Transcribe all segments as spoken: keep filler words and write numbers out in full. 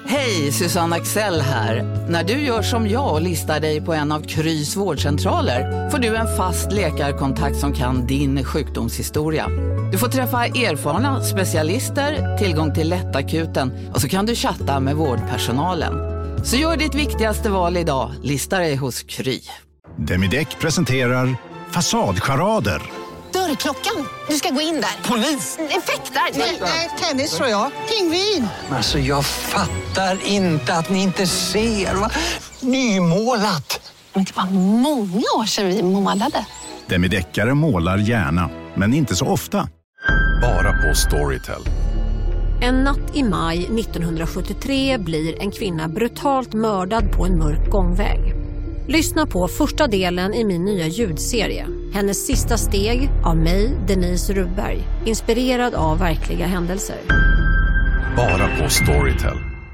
Hej, Susanne Axel här. När du gör som jag och listar dig på en av Krys vårdcentraler får du en fast läkarkontakt som kan din sjukdomshistoria. Du får träffa erfarna specialister, tillgång till lättakuten och så kan du chatta med vårdpersonalen. Så gör ditt viktigaste val idag, lista dig hos Kry. Demideck presenterar Fasadcharader. Dörrklockan, du ska gå in där. Polis? Effektar? Nej, tennis tror jag. Pingvin. Alltså jag fattar inte att ni inte ser. Va? Nymålat. Men det var många år sedan vi målade. Demideckare målar gärna, men inte så ofta. Bara på Storytel. En natt i maj nittonhundrasjuttiotre blir en kvinna brutalt mördad på en mörk gångväg. Lyssna på första delen i min nya ljudserie. Hennes sista steg av mig, Denise Rubberg. Inspirerad av verkliga händelser. Bara på Storytel.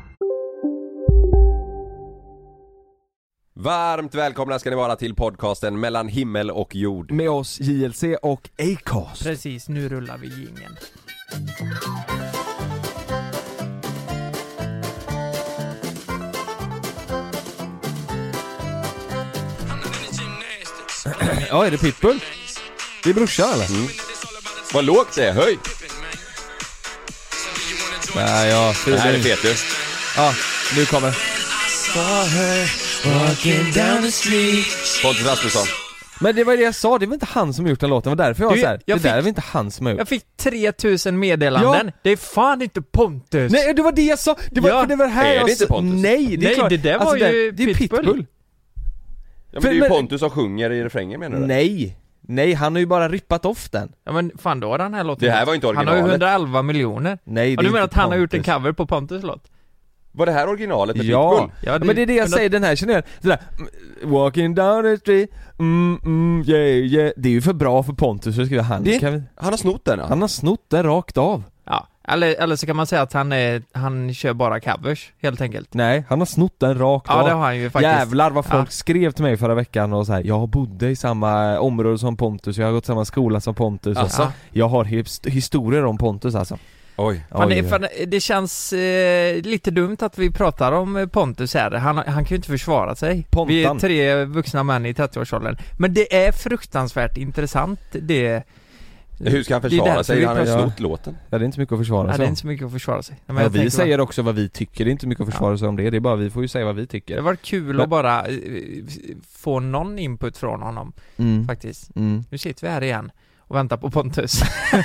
Varmt välkomna ska ni vara till podcasten Mellan himmel och jord. Med oss J L C och Acast. Precis, nu rullar vi jingeln. Ja, är det Pitbull? Det är brorsan eller? Mm. Vad lågt det är, höj! Nej, ja, det här är Peter. Ja, nu kommer Pontus Rasmusson. Men det var det jag sa, det var inte han som gjort den låten. Det var därför jag var Du, så här. jag Det fick- där är väl inte han som har gjort. Jag fick tre tusen meddelanden. Ja. Det är fan inte Pontus. Nej, det var det jag sa. Det var, Ja. för det var här Är jag det inte sa- Pontus? Nej, det är Nej, klart. det där Alltså, var ju det är Pitbull. Pitbull. Ja, men För- det är ju men- Pontus som sjunger i refrängen, menar du? Nej. Nej, han har ju bara rippat off den. Ja men fan, då har den här låten. Det här var inte Han har ju originalet. hundraelva miljoner. Nej, det Och du är menar inte att han har gjort en Pontus. cover på Pontus låt? Var det här originalet med Ja. Pitbull? Ja, men det är det jag säger, den här känner jag. Det där, mm, walking down the street, mm, mm, yeah, yeah. Det är ju för bra för Pontus, så skriver han. Det- Kan vi... Han har snott den, ja. Han har snott den rakt av. Ja, eller, eller så kan man säga att han, är, han kör bara covers, helt enkelt. Nej, han har snott den rakt Ja, av. det har han ju faktiskt. Jävlar vad folk Ja. skrev till mig förra veckan och så här: jag bodde i samma område som Pontus, jag har gått samma skola som Pontus. Alltså? Och jag har his- historier om Pontus alltså. Oj. Fan, Oj. det, fan, det känns eh, lite dumt att vi pratar om eh, Pontus här. Han, han kan ju inte försvara sig. Pontan. Vi är tre vuxna män i trettioårsåldern. Men det är fruktansvärt intressant. Det, Hur ska han det är försvara därför sig? vi Han har ju pratar- snott låten. Ja, det är inte så mycket att försvara Nej, sig det är om. inte så mycket att försvara sig. Men Ja, jag vi tänker säger också vad vi tycker, det är inte så mycket att försvara Ja. sig om det. Det är bara vi får ju säga vad vi bara, tycker. det var kul Men- att bara eh, få någon input från honom Mm. faktiskt. Mm. Nu sitter vi här igen och väntar på Pontus.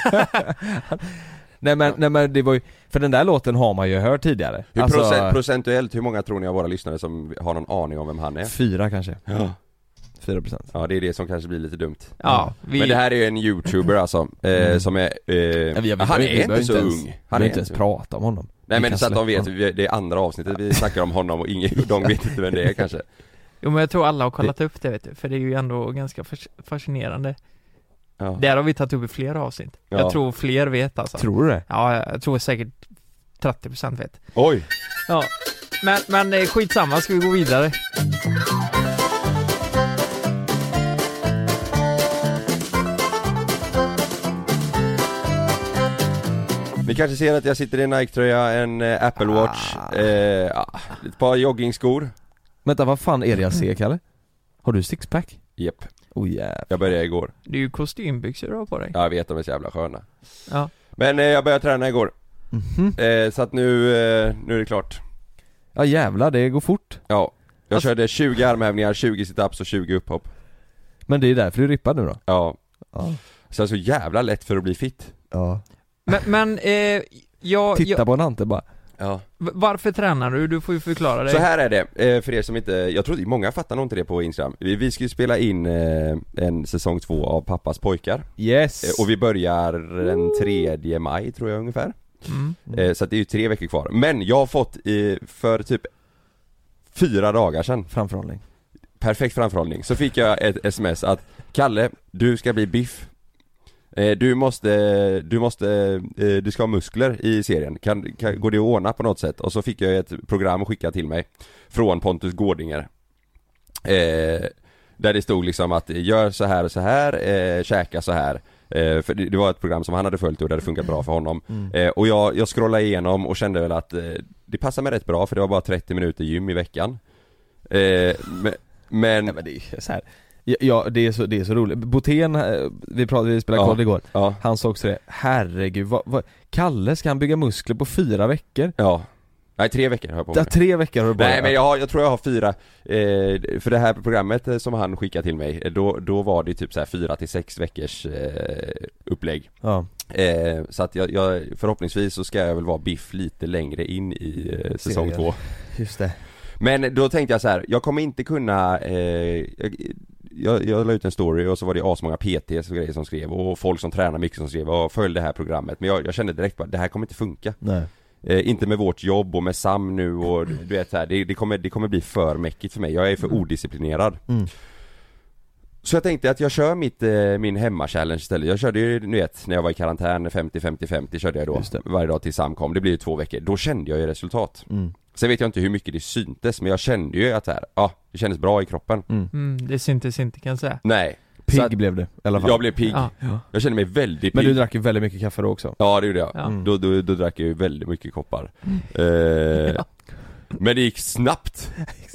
Nej men, nej men det var ju, för den där låten har man ju hört tidigare. Hur Alltså, procent, procentuellt, hur många tror ni av våra lyssnare som har någon aning om vem han är? Fyra kanske. Ja. Fyra procent. Ja, det är det som kanske blir lite dumt. Ja, vi, Men det här är ju en YouTuber alltså, eh, Mm. som är, eh, Ja, vi- vi- han vi- är vi inte behöver så ens- ung. Vi Han behöver är inte ens prata om honom. Nej, Vi men kan så att de släppa vet, honom. vi- det är andra avsnittet vi snackar om honom och ingen, de vet inte vem det är kanske. jo, men jag tror alla har kollat upp det, vet du. För det är ju ändå ganska fas- fascinerande. Ja. Där har vi tagit upp i flera avsnitt. Ja. Jag tror fler vet alltså. Tror du det? Ja, jag tror säkert trettio procent vet. Oj! Ja. Men, men eh, skitsamma, ska vi gå vidare? Ni kanske ser att jag sitter i en Nike-tröja, en eh, Apple Watch, Ah. eh, ja, ett par joggingskor. Vänta, vad fan är det jag ser, Kalle? Har du sixpack? Japp, Oh jävlar. jag började igår. Det är ju kostymbyxor du har på dig. Ja, jag vet, de är så jävla sköna. Ja. Men eh, jag började träna igår, Mhm. eh, så att nu, eh, nu är det klart. Ja jävlar, det går fort. Ja, jag Alltså- körde tjugo armhävningar, tjugo situps och tjugo upphopp. Men det är därför du rippar nu då? Ja, Ja. så det är så jävla lätt för att bli fit. Ja. Men, men eh, jag, Titta jag, på en ante bara. Ja. v- varför tränar du? Du får ju förklara dig. Så här är det, eh, för er som inte, jag tror många fattar nog inte det på Instagram. Vi, vi ska ju spela in eh, en säsong två av Pappas pojkar. Yes. Eh, och vi börjar den tredje maj tror jag ungefär. Mm. Eh, så att det är ju tre veckor kvar. Men jag har fått i, för typ fyra dagar sedan, Framförhållning. perfekt framförhållning, så fick jag ett sms att Kalle, du ska bli biff. Eh, du måste, du måste, eh, du ska ha muskler i serien. Kan, kan, går det att ordna på något sätt? Och så fick jag ett program skickat till mig från Pontus Gårdinger. Eh, där det stod liksom att gör så här och så här, eh, käka så här. Eh, för det, det var ett program som han hade följt och det hade funkat bra för honom. Mm. Eh, och jag, jag scrollade igenom och kände väl att eh, det passade mig rätt bra för det var bara trettio minuter gym i veckan. Eh, men, men... Ja, men det är så här. Ja, det är så, det är så roligt. Botén, vi pratade, vi spelade ja, kod igår. Ja. Han sa också det. Herregud, vad, vad, Kalle, ska han bygga muskler på fyra veckor? Ja. Nej, tre veckor har jag på mig. Ja, tre veckor har du bara. Nej, men jag, har, jag tror jag har fyra eh, för det här programmet som han skickade till mig, då, då var det typ så här fyra till sex veckors eh, upplägg. Ja. Eh, så att jag, jag, förhoppningsvis så ska jag väl vara biff lite längre in i eh, säsong Serien. två. Just det. Men då tänkte jag så här, jag kommer inte kunna eh, jag, jag, jag la ut en story och så var det asmånga P T's och grejer som skrev och folk som tränar mycket som skrev och följde det här programmet. Men jag, jag kände direkt att det här kommer inte funka. Nej. Eh, inte med vårt jobb och med Sam nu och du vet så här, det, det, kommer, det kommer bli för mäckigt för mig. Jag är för odisciplinerad. Mm. Så jag tänkte att jag kör mitt, eh, min hemma-challenge istället. Jag körde ju, ni vet, när jag var i karantän femtio femtio femtio körde jag då varje dag till Sam kom. Det blir ju två veckor. Då kände jag ju resultat. Mm. Sen vet jag inte hur mycket det syntes, men jag kände ju att så här, ja, det kändes bra i kroppen. Mm. Mm, det syntes inte kan jag säga. Nej. Pigg att, blev det i alla fall. Jag blev pigg. Ja. Jag kände mig väldigt pigg. Men du drack ju väldigt mycket kaffe då också. Ja, det gjorde jag. Ja. Mm. Då, då, då drack jag ju väldigt mycket koppar. Mm. Eh, Ja. Men det gick snabbt.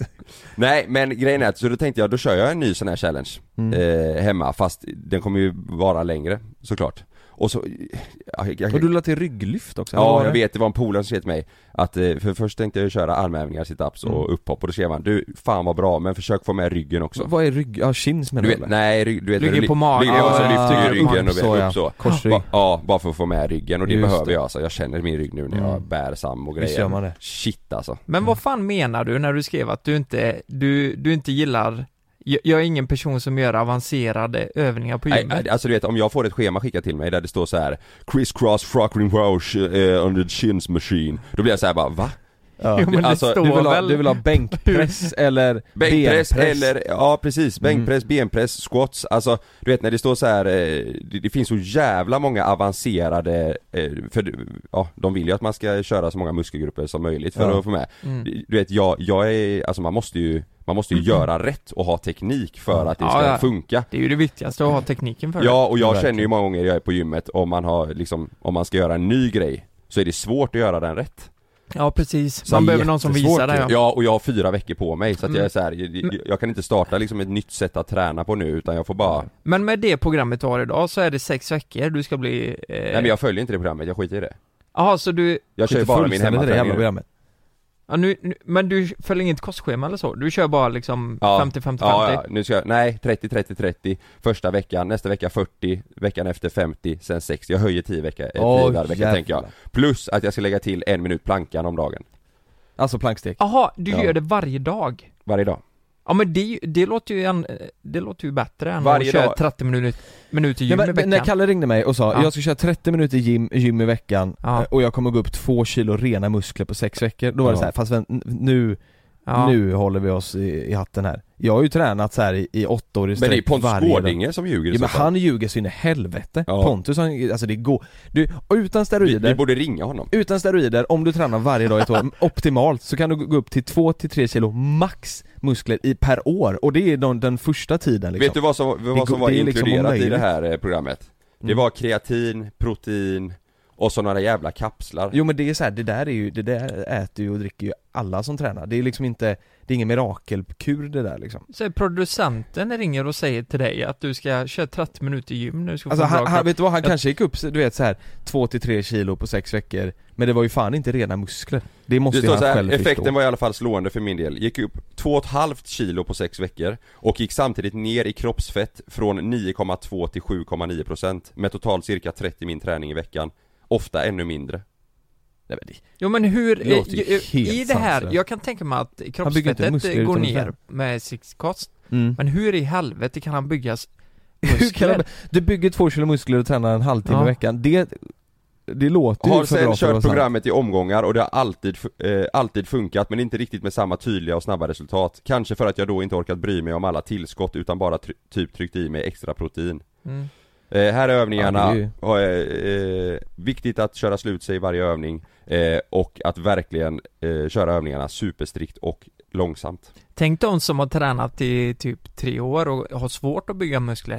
Nej, men grejen är att så då tänkte jag, då kör jag en ny sån här challenge Mm. eh, hemma, fast den kommer ju vara längre, såklart. Och så jag, jag, Och du lade till rygglyft också. Ja, jag vet, det var en polare som skrev till mig att, eh, för först tänkte jag köra armhävningar, sit-ups och Mm. upphopp, och då skrev han, du, fan vad bra, men försök få med ryggen också. Vad är rygg? Ja, chins menar Du du vet, eller? nej, rygg, du vet Ligger när du på magen. ligger, och så Ja, lyfter ja, du ja. ryggen och Så, vet, ja. upp så. Korsrygg. Ba, ja, bara för att få med ryggen, och det Just behöver det. jag alltså. Jag känner min rygg nu när jag Mm. bär Sam och Visst grejer. gör man det. Shit alltså. Men vad fan menar du när du skrev att du inte, du, du inte gillar, jag, jag är ingen person som gör avancerade övningar på gymmet. Nej, alltså du vet, om jag får ett schema skickat till mig där det står så här criss cross fucking wash uh, on the chins machine, då blir jag så här bara, va? Ja. Jo, men det Alltså, står Du vill, ha, väl... du vill ha bänkpress eller Bänkpress benpress. eller, ja precis, bänkpress, benpress, squats, alltså du vet när det står så här, eh, det, det finns så jävla många avancerade, eh, för ja, de vill ju att man ska köra så många muskelgrupper som möjligt för Ja. att få med. Mm. Du vet, jag, jag är, alltså man måste ju, man måste ju Mm. göra rätt och ha teknik för att det Ja, ska ja. funka. Det är ju det viktigaste att ha tekniken för Ja, och jag Verkligen. känner ju många gånger jag är på gymmet, om man har liksom, om man ska göra en ny grej, så är det svårt att göra den rätt. det. Ja, precis. Så Man behöver någon som jättesvårt visar det. ju. Ja. Ja, och jag har fyra veckor på mig, så att Mm. jag är så här, jag, jag kan inte starta liksom ett nytt sätt att träna på nu, utan jag får bara, Men med det programmet du har idag så är det sex veckor du ska bli... Eh... nej men jag följer inte det programmet, jag skiter i det. Jaha, så du... Jag kör ju Skiter bara min fullständigt i det jävla hemmaträning. programmet. Ja, nu, nu, men du följer inget kostschema eller så? Du kör bara liksom Ja. femtio femtio Ja, femtio? ja, nu ska jag, nej, trettio trettio trettio första veckan, nästa vecka fyrtio, veckan efter femtio, sen sextio, jag höjer tio veckor, eh, Åh, tio varje vecka tänker jag. jävlar. Plus att jag ska lägga till en minut plankan om dagen, Alltså plankstek. Jaha, du Ja. gör det varje dag? varje dag. Ja men det, det låter ju en, det låter ju bättre än Varje att köra dag. trettio minuter, minuter gym Nej, i men, veckan. när Kalle ringde mig och sa Ja. jag ska köra trettio minuter gym, gym i veckan Ja. eh, och jag kommer gå upp två kilo rena muskler på sex veckor. Då var det Ja. så här, fast vän, nu, Ja. nu håller vi oss i, i hatten här. Jag har ju tränat så här i, i åtta år i Men det är sträck Pontus varje dag. Gårdinge som ljuger i Ja, så men fall. han ljuger så in i helvete. Ja. Pontus, han, alltså det går. Du, och utan vi, steroider, vi borde ringa honom. utan steroider, om du tränar varje dag i ett år, optimalt, så kan du gå upp till två till tre kilo max muskler i per år. Och det är den, den första tiden liksom. Vet du vad som, vad Det som går- var det är liksom inkluderat i omöjligt. det här eh, programmet? Det Mm. var kreatin, protein och så några jävla kapslar. Jo men det är så här, det där är ju, det där äter ju och dricker ju alla som tränar. Det är liksom inte, det är ingen mirakelkur det där liksom. Så producenten ringer och säger till dig att du ska köra trettio minuter gym nu, du ska få Alltså en bra han, han, kropp. vet du vad, han Jag- kanske gick upp, du vet så här två till tre kilo på sex veckor. Men det var ju fan inte rena muskler. Det måste Det ju står han så här, själv effekten förstå. var i alla fall slående för min del. Gick upp två och ett halvt kilo på sex veckor och gick samtidigt ner i kroppsfett från nio komma två till sju komma nio procent med totalt cirka trettio min träning i veckan. Ofta ännu mindre. Nej, men det, Jo men hur, Det låter ju i, i, i helt det här, sanslöst. jag kan tänka mig att bygger inte kroppsfettet muskler går utan ner fett. med sixkost. mm. Men hur i helvete kan han byggas Hur kan muskler? han, du bygger två kilo muskler och tränar en halvtimme Ja. i veckan. Det, det låter ju Har för bra sen för att kört vara sant. programmet i omgångar och det har alltid, eh, alltid funkat, men inte riktigt med samma tydliga och snabba resultat. Kanske för att jag då inte orkat bry mig om alla tillskott utan bara try- typ tryckt i mig extra protein. Mm. Eh, här är övningarna, Ja, det är ju- och, eh, eh, viktigt att köra slut sig i varje övning eh, och att verkligen eh, köra övningarna superstrikt och långsamt. Tänk de som har tränat i typ tre år och har svårt att bygga muskler.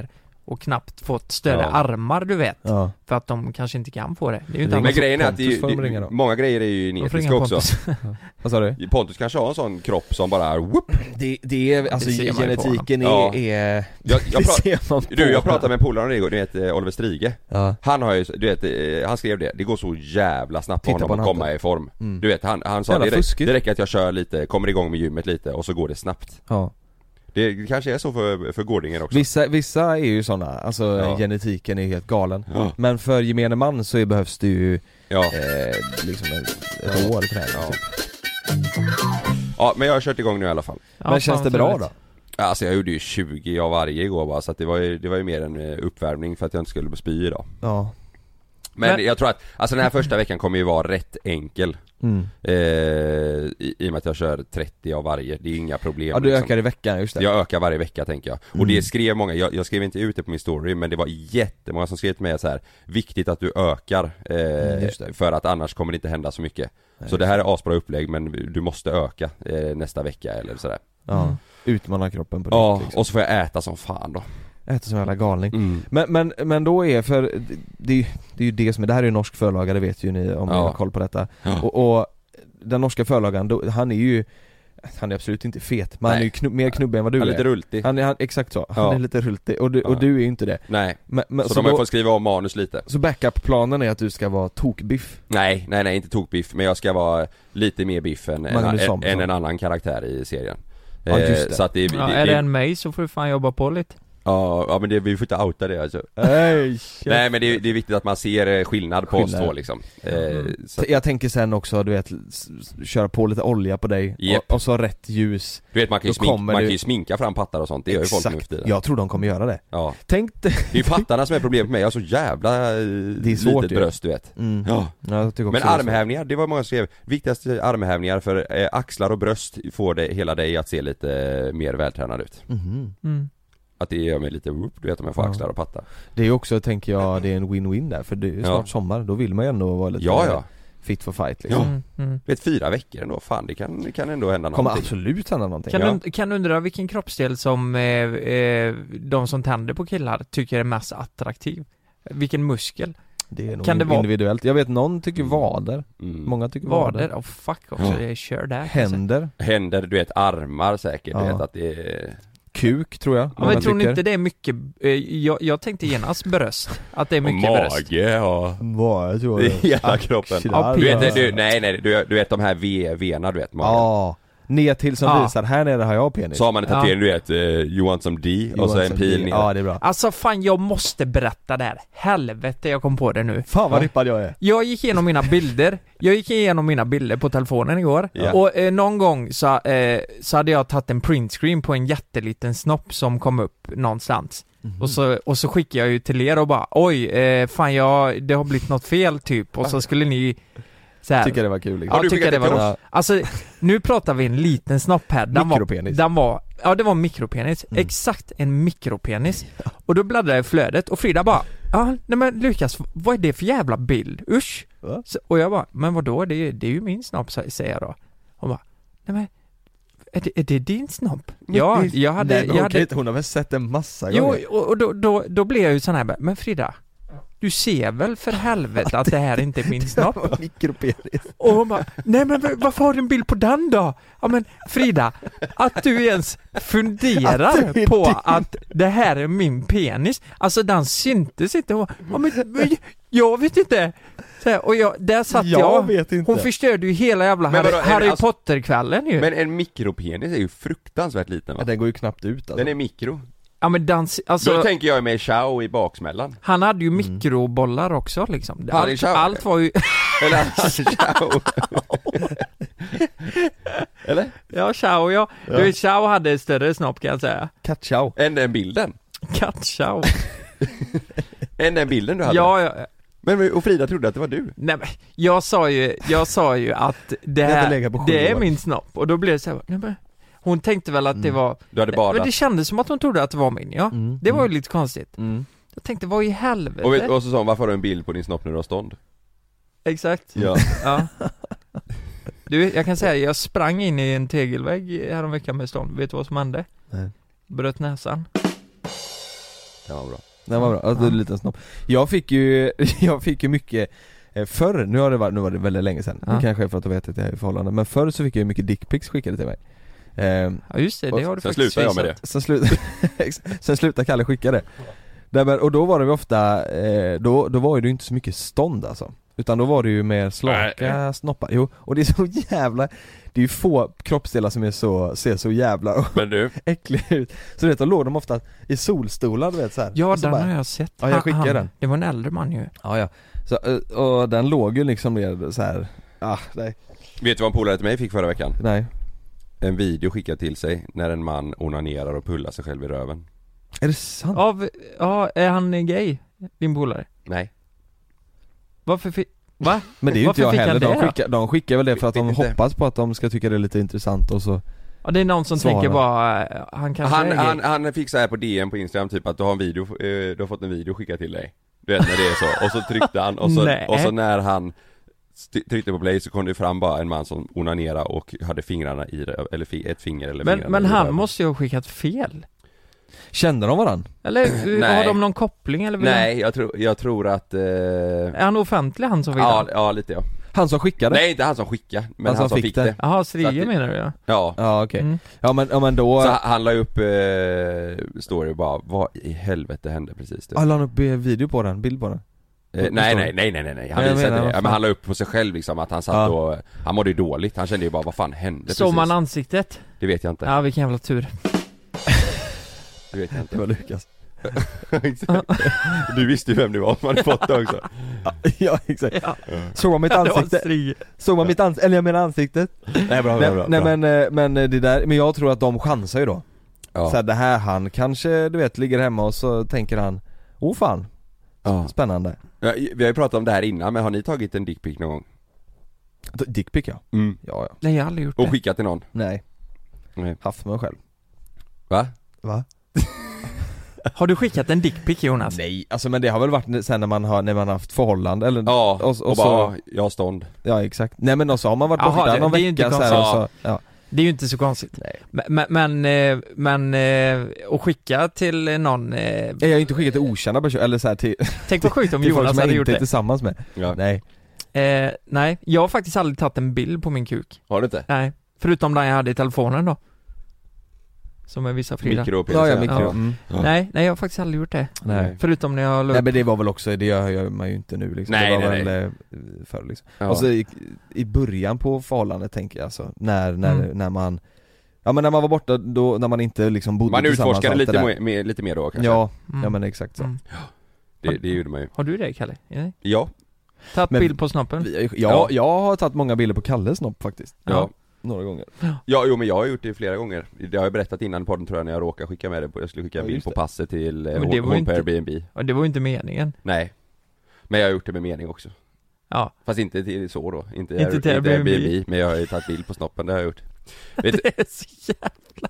och knappt fått större Ja. armar, du vet. Ja. För att de kanske inte kan få det. Det är ju inte Men Men alla- grejen är att det, Pontus får är de ju- ringa då. många grejer är ju De får genetiska ringa också. Pontus. Vad sa du? Pontus kanske har en sån kropp som bara whoop. Det, det är, alltså Det ser man ju på genetiken är, honom. är Jag, jag, det pra- ser man på. du, jag pratade med en polare om det igår, du vet eh, Oliver Strige. Ja. Han har ju, du vet, eh, han skrev det, det går så jävla snabbt på Titta honom på att en komma hand. i form. Mm. Du vet, han, han sa Jävla det, fuskigt. det räcker att jag kör lite, kommer igång med gymmet lite och så går det snabbt. Ja. Det kanske är så för, för gårdingen också. Vissa, vissa är ju sådana, alltså Ja. genetiken är helt galen. Ja. Men för gemene man så behövs det ju Ja. eh, liksom ett, ett år träning Ja. typ. Ja, men jag har kört igång nu i alla fall. Ja, Men känns fan det bra trevligt. då? Alltså jag gjorde ju tjugo av varje igår bara, så att det var ju, det var ju mer en eh, uppvärmning för att jag inte skulle spy idag. Ja. Men, Men- jag tror att, alltså den här första veckan kommer ju vara rätt enkel. Mm. Eh, i, I och med att jag kör trettio av varje, det är inga problem. Ja, du liksom. ökar i veckan, just det. Jag ökar varje vecka tänker jag. Och Mm. det skrev många, jag, jag skrev inte ut det på min story, men det var jättemånga som skrev till mig så här: viktigt att du ökar, eh, Mm, just det. för att annars kommer det inte hända så mycket. Nej, Så just det här är asbra upplägg, men du måste öka eh, nästa vecka eller sådär. Ja. Utmana kroppen på Ja, nytt liksom. och så får jag äta som fan då. Äter som en jävla galning. Mm. Men, men, men då är, för det, det, är ju- det är ju det som är, det här är ju norsk förlaga, det vet ju ni om ni Ja. har koll på detta. Ja. Och, och den norska förlagan, då, han är ju, han är absolut inte fet, men han är ju knu, mer knubbig än vad du Han är är. lite rultig. Han är, han, exakt så, han Ja. är lite rultig och du, och Ja. du är ju inte det. Nej, Men, men, så, så, de har ju då, fått skriva om manus lite. så backup-planen är att du ska vara tokbiff. Nej, nej, nej, inte tokbiff, men jag ska vara lite mer biff än, Magnus än, Samuelsson. än en annan karaktär i serien. Ja, just Eh, det. Så att det, Ja, det, är det, det en mig så får du fan jobba på lite. ja, ja, men det, vi får inte outa det alltså. Nej, Nej, men det, är- det är viktigt att man ser eh, skillnad på oss Skillnad. två liksom. Eh, så, Jag tänker sen också, du vet, s- s- köra på lite olja på dig Japp. och, och så rätt ljus. du vet, man kan ju, Då smink, kommer man du- kan ju sminka fram pattar och sånt, det gör ju folk nu för Exakt, tiden. jag tror de kommer göra det. Ja. Tänk dig. Det är ju pattarna som är problemet med mig, jag har så jävla eh, Det är svårt litet ju. bröst du vet. Mm. Ja. Ja, jag tycker också Men det är så. armhävningar, det var många som skrev, viktigaste armhävningar för eh, axlar och bröst får det, hela dig att se lite eh, mer vältränad ut. Mhm. Mm. Att det gör mig lite whoop, du vet, om jag får Ja. axlar och pattar. Det är också, tänker jag, det är en win-win där, för det är ju Ja. snart sommar, då vill man ju ändå vara lite Ja, ja. fit for fight liksom. Mm. Mm. Du vet, fyra veckor ändå, fan det kan, det kan ändå hända Kommer någonting. absolut hända någonting. Kan, Ja. du, kan du undra vilken kroppsdel som eh, eh, de som tänder på killar tycker är mest attraktiv? Vilken muskel? Det är nog Kan det vara- individuellt. Jag vet, någon tycker vader, Mm. många tycker vader. Vader? Oh fuck också, Ja. det är kör där kanske. Händer, Händer, du vet, armar säkert, Ja. du vet att det är... kuk tror jag. Ja, många men tror ni tycker. inte det är mycket, eh, jag, jag tänkte genast bröst, att det är mycket och bröst. mage och... Vad, jag tror I hela kroppen. Ja, Du vet, penis. du, nej nej, du, du vet de här V-vena du vet, magen. Ja, ner till som Ja. visar, här nere har jag penis. Så har man en tatuering, du vet, eh, you want some D, och så en Johansson, pil ner. Ja, det är bra. Alltså fan, jag måste berätta det här. Helvete, jag kom på det nu. Fan vad rippad jag är. Jag gick igenom mina bilder, jag gick igenom mina bilder på telefonen igår. Ja. Och eh, någon gång så, eh, så hade jag tagit en printscreen på en jätteliten snopp som kom upp någonstans. Mhm. Och så, och så skickade jag ju till er och bara oj, eh, fan jag, det har blivit något fel typ. Och så skulle ni så här, Tycker det var kul liksom. Ja, du tycker skickat det det till var oss? Alltså, nu pratar vi en liten snopp här. Den var, Mikropenis. den var, ja det var en mikropenis. Mm. Exakt en mikropenis. Och då bladdrade jag i flödet och Frida bara, ja nej men Lukas, vad är det för jävla bild? Usch! Va? Så, och jag bara, men vadå? Det är, det är ju min snopp, så- säger jag då. Hon bara, nej men, är det, är det din snopp? Ja, jag hade, Nej, men jag hon, kan hade inte, hon har väl sett den massa Jo, gånger. och, och då, då, då blev jag ju sån här, men Frida, du ser väl för helvete att det här inte är min snopp? Mikropenis. Och hon bara, nej men v- varför har du en bild på den då? Ja men Frida, att du ens funderar Att det är på din. att det här är min penis, alltså den syntes inte. Hon, ja, men, men jag vet inte. Så här, och jag, där satt jag, Jag vet inte. hon förstörde ju hela jävla Men Harry, vadå, är det Harry alltså- Potter-kvällen ju. Men en mikropenis är ju fruktansvärt liten Ja, va? den går ju knappt ut alltså. Den är mikro. Ja men den, alltså, Då tänker jag med chow i baksmällan. han hade ju Mm. mikrobollar också liksom. Harry Allt, Chow. allt var ju, Eller chow. Eller? ja Chow ja. Du Ja. vet Chow hade större snopp kan jag säga. Katchow. Än den bilden. Katt Chow. Än den bilden du hade. Ja, ja. Men och Frida trodde att det var du. Nej men, jag sa ju, jag sa ju att det Jag hade här, legat på sju det är år. min snopp. Och då blev det så här, nej men, hon tänkte väl att det Mm. var, Du hade men badat. det kändes som att hon trodde att det var min, ja. Mm. Det var ju lite konstigt. Mm. Jag tänkte, vad i helvete? Och, vet- och så sa hon, varför har du en bild på din snopp när du har stånd? Exakt. Ja. Ja. Du, jag kan säga, jag sprang in i en tegelvägg häromveckan med stånd. Vet du vad som hände? Nej. Bröt näsan. Det var bra. Den var bra, alltså, Ja. en liten snopp. Jag fick ju, jag fick ju mycket eh, förr, nu har det varit, nu var det väldigt länge sedan. Ja. Det kanske är för att du vet att jag är i förhållande. Men förr så fick jag ju mycket dickpics skickade till mig. Eh, Ja just det, det har du Sen faktiskt slutar jag med visat. det. sen, slut, sen slutade Kalle skicka det. Nej, men, och då var det ju ofta, eh, då, då var ju det inte så mycket stånd alltså. Utan då var det ju mer slaka Nej. snoppar. Jo, och det är så jävla, det är ju få kroppsdelar som är så, ser så jävla Men du, äckliga ut. Så du vet, då låg de ofta i solstolar, du vet så här. Ja, Och så den bara- har jag sett. Ja, jag skickar Han- den. Det var en äldre man ju. Ja, ja. Så, eh, och den låg ju liksom mer så här. Ah, nej. vet du vad en polare till mig fick förra veckan? Nej. En video skickad till sig när en man onanerar och pullar sig själv i röven. Är det sant? Av, ja, är han gay? Din polare? Nej. Varför fick, va? Men det är ju inte Varför jag fick han heller. det De då? skickar, de skickar väl det för att de Vet inte. hoppas på att de ska tycka det är lite intressant och så. Ja, det är någon som Svara. tänker bara, eh, han kanske Han, är gay. han, han fick så här på D M på Instagram typ att du har en video, eh, du har fått en video skickad till dig. Du vet när det är så. Och så tryckte han och så, Nej. och så när han st- tryckte på play så kom det fram bara en man som onanerade och hade fingrarna i röv, eller fi, ett finger eller Men, fingrarna men i han röven. måste ju ha skickat fel. Kände de varann? Eller eh, Nej. har de någon koppling eller? vill Nej, jag tror, jag tror att eh, han- Är han offentlig han som fick ja, den? ja, lite ja. Han som skickade? Nej, inte han som skickade, men han, som fick det. Jaha, Så att Strige det- menar du ja? Ja. Ja, okej. Mm. Ja, men, ja, men då... Så han la upp eh, story bara, vad i helvete hände precis det? Han la upp eh, video på den, bild på den. Eh, nej, nej, nej, nej, nej, nej, han Nej, jag visade menar, det. vad Ja, fan. men han la upp på sig själv liksom att han satt Ja. och, han mådde ju dåligt, han kände ju bara vad fan hände Såg precis? man ansiktet? Det vet jag inte, Ja, vilken jävla tur. det vet jag Det inte. var Lukas. Du visste ju vem det var som hade fått det också. Ja, exakt. Ja. Såg man mitt Det var ansikte? Strige. Såg man mitt ansikte? Eller jag menar ansiktet? Nej, bra, Nej, nej men, eh, men eh, det där, men jag tror att de chansar ju då. ja. Så här, det här, han kanske, du vet, ligger hemma och så tänker han, åh fan, Ja. spännande. Ja, vi har ju pratat om det här innan, men har ni tagit en dickpic någon gång? Dickpic ja. Mm. Ja, ja. Nej, jag har aldrig gjort Och det. skickat till någon? Nej, Nej. haft mig själv. Va? Va? Har du skickat en dickpic Jonas? Nej, alltså men det har väl varit sen när man har, när man har haft förhållande eller Ja, och, och, och bara, så, jag har stånd. ja exakt. Nej men och så har man varit Jaha, borta det- någon det är ju inte vecka så här, och konstigt. så, ja. Det är ju inte så konstigt. Nej. Men, men, eh, men eh, att skicka till någon, eh, Jag har inte skickat till okända personer, eller så här till, tänk vad sjukt om till folk Jonas som jag hade inte gjort är det. tillsammans med. Ja. Nej. Eh, nej, jag har faktiskt aldrig tagit en bild på min kuk. Har du inte? Nej, förutom den jag hade i telefonen då. Som är vissa Frida. Mikropilser. Ja, ja, mikro. Ja. Mm. Ja. Nej, nej jag har faktiskt aldrig gjort det. Nej. Förutom när jag la Nej upp. men det var väl också, det gör gör man ju inte nu liksom. Nej, det var nej, väl eh, förr liksom. Ja. Och så i, i början på förhållandet tänker jag alltså, när, när, Mm. när man, ja men när man var borta då, när man inte liksom bodde Man tillsammans. utforskade allt det lite, där. mer, mer, lite mer då kanske? Ja, Mm. ja men exakt så. Mm. Det, det gjorde man ju. Har du det Kalle? Nej. Ja. Tagit Men- bild på snoppen? Vi har ju- Ja. Ja, jag har tagit många bilder på Kalles snopp faktiskt. Ja. Några gånger. Ja, jo men jag har gjort det flera gånger. Det har jag berättat innan i podden tror jag när jag råkade skicka med det på. Jag skulle skicka en Ja, bild just på det. passet till eh, Men det hon, var ju hon på inte- Airbnb. Och det var ju inte meningen. Nej. Men jag har gjort det med mening också. Ja. Fast inte till så då. Inte, Inte Air, till inte Airbnb. Airbnb. Men jag har ju tagit bild på snoppen, det har jag gjort. Vet, Det är så jävla...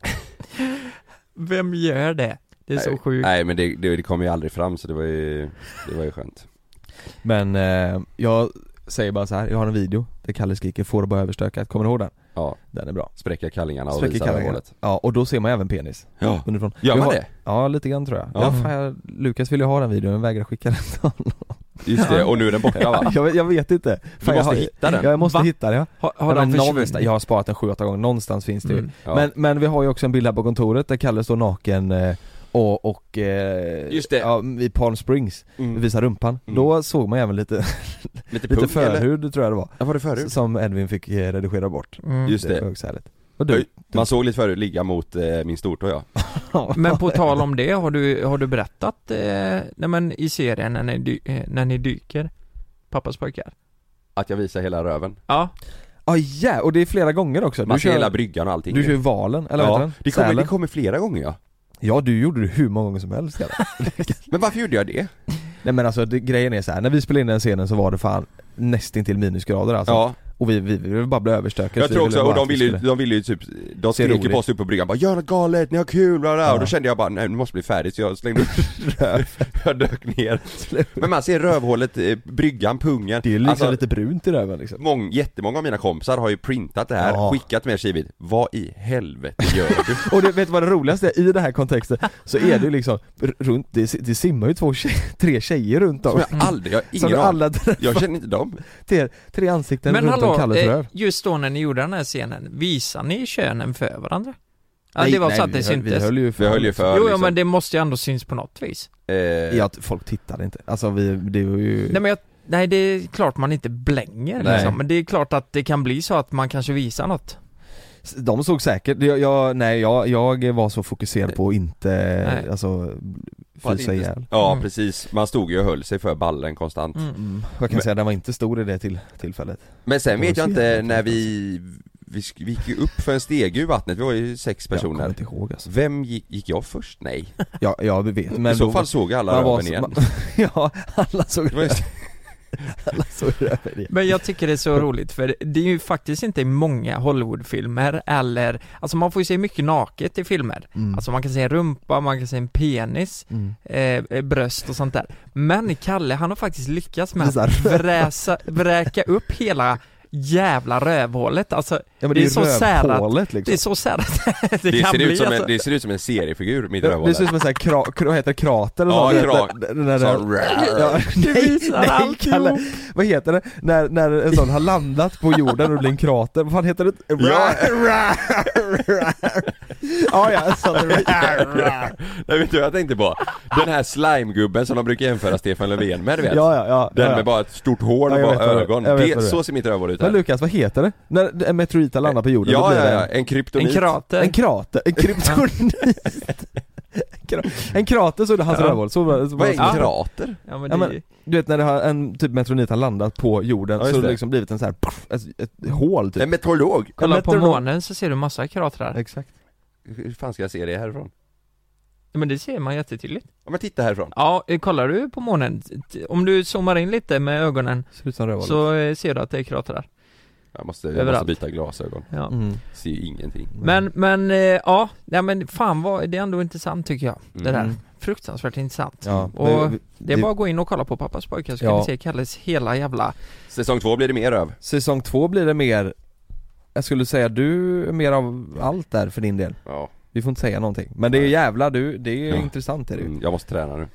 Vem gör det? Det är så nej, sjukt. nej men det, det, det kom ju aldrig fram så det var ju, det var ju skönt. Men eh, jag säger bara så här, jag har en video där Kalle skriker får bara överstökat, kommer du ihåg den? Ja, Den är bra. spräcka kallingarna och Spräcker visa kallingarna. hålet. Ja, och då ser man även penis Ja, underifrån. gör Vi man har- det? Ja, lite grann tror jag. Ja. Ja. fan, jag, Lukas vill ju ha den videon, men vägrar skicka den till honom. Just det, och nu är den borta va? jag, jag vet inte. Fan, måste jag har, hitta den. Ja, jag måste Va? hitta den ja. Har, har ja, de men försvunnit? någonstans, jag har sparat den sju, åtta gånger, någonstans finns det ju. Mm. Ja. Men, men vi har ju också en bild här på kontoret där Kalle står naken eh, och, och eh, Just det. Ja, i Palm Springs, Mm. visar rumpan. Mm. Då såg man även lite, Lite, lite pung, eller? förhud tror jag det var. Ja, var det förhud? Som Edvin fick eh, redigera bort. Mm. Just Det det. var också härligt. Och du? Oj, man såg lite förut ligga mot eh, min stortå ja. Men på tal om det, har du, har du berättat, eh, nej men i serien när ni, dy, eh, när ni dyker, pappas pojkar? Att jag visar hela röven. Ja. Ja, ja, och det är flera gånger också. Man Du ser kör, hela bryggan och allting. du kör ju valen, eller ja, vad heter den? det kommer, Sälen. det kommer flera gånger ja. Ja, du gjorde det hur många gånger som helst Kalle. Men varför gjorde jag det? Nej men alltså det, grejen är så här, när vi spelade in den scenen så var det fan nästintill minusgrader alltså. Ja, Och vi, vi, vi vill bara bli överstökade. Jag tror också, och de ville ju, de ville ju typ, de skrek ju på oss upp på bryggan, bara gör något galet, ni har kul, bla bla. Ja. Och då kände jag bara, nej, nu måste bli färdigt, så jag slängde upp röv. Jag dök ner. Men man ser rövhålet, bryggan, pungen. Det är ju liksom alltså, lite brunt i röven liksom. Mång, jättemånga av mina kompisar har ju printat det här, ja. skickat med skrivit, vad i helvete gör du? Och du vet vad det roligaste är, i den här kontexten så är det ju liksom runt, det, det simmar ju två tjej, tre tjejer runt om. Som jag aldrig, jag har ingen alla jag känner inte dem. Tre, tre ansikten men runt hallå, om Kalles röv. Just då när ni gjorde den här scenen, visar ni könen för varandra? Ja, Nej, det var nej, så att det vi höll, syntes. vi höll ju för, vi höll ju för Jo, liksom. men det måste ju ändå syns på något vis. Eh, ja, folk tittade inte. Alltså vi, det var ju... Nej, men jag, nej, det är klart man inte blänger liksom. Men det är klart att det kan bli så att man kanske visar något. De såg säkert, jag, jag, nej jag, jag var så fokuserad på att inte, nej. alltså frysa ihjäl. Ja, Mm. precis. Man stod ju och höll sig för ballen konstant. Mm. Mm. Jag kan men, säga att den var inte stor i det till, tillfället. Men sen det vet jag inte, jävla när vi, vi, vi gick ju upp för en stege ur vattnet, vi var ju sex Jag personer. kommer inte ihåg alltså. Vem gick, gick jag först? Nej. Ja, ja vi vet. Men I så då, fall såg alla man var röven så- igen. man- Ja, alla såg Det var just- alla såg röven igen. Men jag tycker det är så roligt, för det är ju faktiskt inte i många Hollywoodfilmer eller, alltså man får ju se mycket naket i filmer. Mm. Alltså man kan se rumpa, man kan se en penis, Mm. eh, bröst och sånt där. Men Kalle, han har faktiskt lyckats med Det är att så här- vräsa, vräka upp hela jävla rövhålet. Alltså Ja, men det är så särat. rövhålet liksom. det är så särat det, Det kan ser, bli ut som alltså. en, det ser ut som en seriefigur, mitt Ja, rövhål. det ser ut som en sån här kra, kra, vad heter det, krater eller Ja, sånt? krak. När- när- Så, när- Ja, Det nej, visar nej, alltihop. Kalle. Vad heter det? När, när en sån har landat på jorden och det blir en krater. Vad fan heter det? Ja. Ja, ja, en sån. Jag vet inte vad jag tänkte på. Den här slimegubben som de brukar jämföra Stefan Löfven med, du vet. Ja, ja, ja. Den ja, ja. med bara ett stort hål och Ja, jag bara vet vad det är. ögon. Jag vet Det, vad det är. så ser mitt rövhål ut Men här. Lukas, vad heter det? När en meteorit har landat på jorden, då Ja, blir ja, det ja, en kryptonit. En krater. en krater, en kryptonit. En krater, så är det hans Ja. rövhål. Så, var- så, Vad är så- en krater? Ja, men Ja, det, men, du vet när det har en typ meteorit har landat på jorden, Ja, just så har det det. liksom blivit en så här puff, ett, ett hål typ. En meteorolog? kolla en på meteorolog- månen så ser du massa kratrar. Exakt. Hur fan ska jag se det härifrån? Ja, men det ser man jättetydligt. Om jag tittar härifrån. Ja, eh, kollar du på månen, t- om du zoomar in lite med ögonen Ser ut som rövhål. så eh, ser du att det är kratrar. Jag måste, jag Överallt. måste byta glasögon. Ja. Mm. Ser ju ingenting. Men, men, eh, ja, nej men fan vad, det är ändå intressant tycker jag, det Mm. där. Fruktansvärt intressant. Ja, Och det- det är det- bara att gå in och kolla på Pappas pojkar så Ja. kan ni se Kalles hela jävla... Säsong två blir det mer röv. Säsong två blir det mer, jag skulle säga du är mer av allt där för din del. Ja. Vi får inte säga någonting. Men det är jävla du, det är Ja. intressant är det ju. Mm, jag måste träna nu.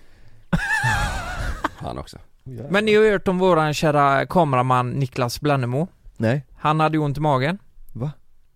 Han också. Men ni har ju hört om våran kära kameraman Niklas Blannemo. Nej. Han hade ju ont i magen. Va?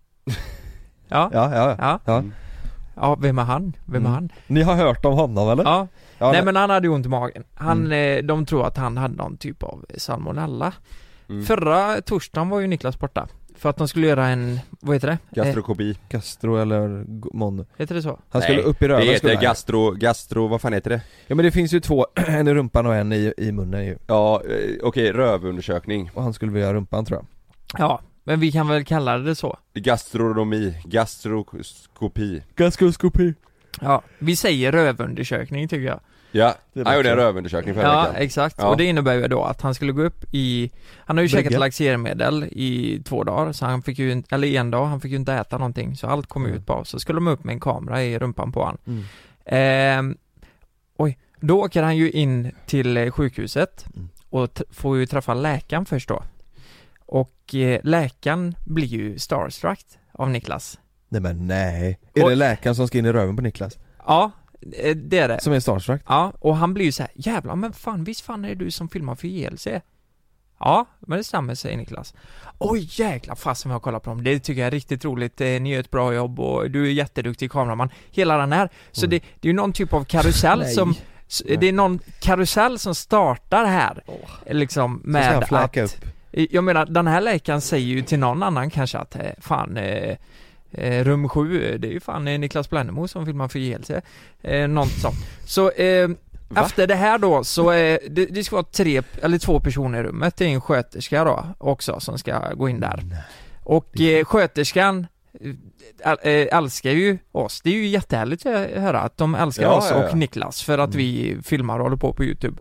Ja. Ja, ja, ja. Ja. ja. Ja, vem är han? Vem Mm. är han? Ni har hört om honom eller? Ja. Ja, Nej men han hade ju ont i magen. Han, Mm. eh, de tror att han hade någon typ av salmonella. Mm. Förra torsdagen var ju Niklas borta. För att de skulle göra en, vad heter det? Gastrokopi. Gastro eller mon. Eh, heter det så? Han skulle Nej, upp i röven. Det skulle heter han. gastro, gastro, vad fan heter det? Ja men det finns ju två, en i rumpan och en i, i munnen ju. Ja, eh, okej, rövundersökning. Och han skulle vilja göra rumpan tror jag. Ja, men vi kan väl kalla det så. Gastronomi, gastroskopi. Gastroskopi. Ja, vi säger rövundersökning tycker jag. Ja, Det är han gjorde en bättre. rövundersökning förra Ja, veckan. exakt. Ja. Och det innebär ju då att han skulle gå upp i... Han har ju Brygga. käkat laxermedel i två dagar, så han fick ju inte, eller en dag, han fick ju inte äta någonting, så allt kom Mm. ut bara. Så skulle de upp med en kamera i rumpan på han. Mm. Ehm, oj, då åker han ju in till eh, sjukhuset Mm. och t- får ju träffa läkaren först då. Och eh, läkaren blir ju starstruck av Niklas. Nej men nej. Är Och- det läkaren som ska in i röven på Niklas? Ja, eh, det är det. Som är starstruck? Ja, och han blir ju så här: jävlar, men fan, visst fan är det du som filmar för J L C? Ja, men det stämmer, säger Niklas. Oj jäklar, fast som jag kollar på dem. Det tycker jag är riktigt roligt. Eh, Ni gör ett bra jobb och du är jätteduktig kameraman. Hela den här. Så Oj. det, det är ju någon typ av karusell Nej. som... s- Det är någon karusell som startar här. Liksom Så ska med han flacka att... upp. Jag menar, den här läkaren säger ju till någon annan kanske att eh, fan... Eh, Eh, rum sju, det är ju fan eh, Niklas Blannemo som filmar för J L C. Eh, något sånt. Så eh, efter det här då så eh, det, det ska vara tre eller två personer i rummet. Det är en sköterska då också som ska gå in där. Och eh, sköterskan äh, äh, älskar ju oss. Det är ju jättehärligt att höra att de älskar Ja, oss ja, ja. och Niklas för att Mm. vi filmar och håller på på YouTube. Mm.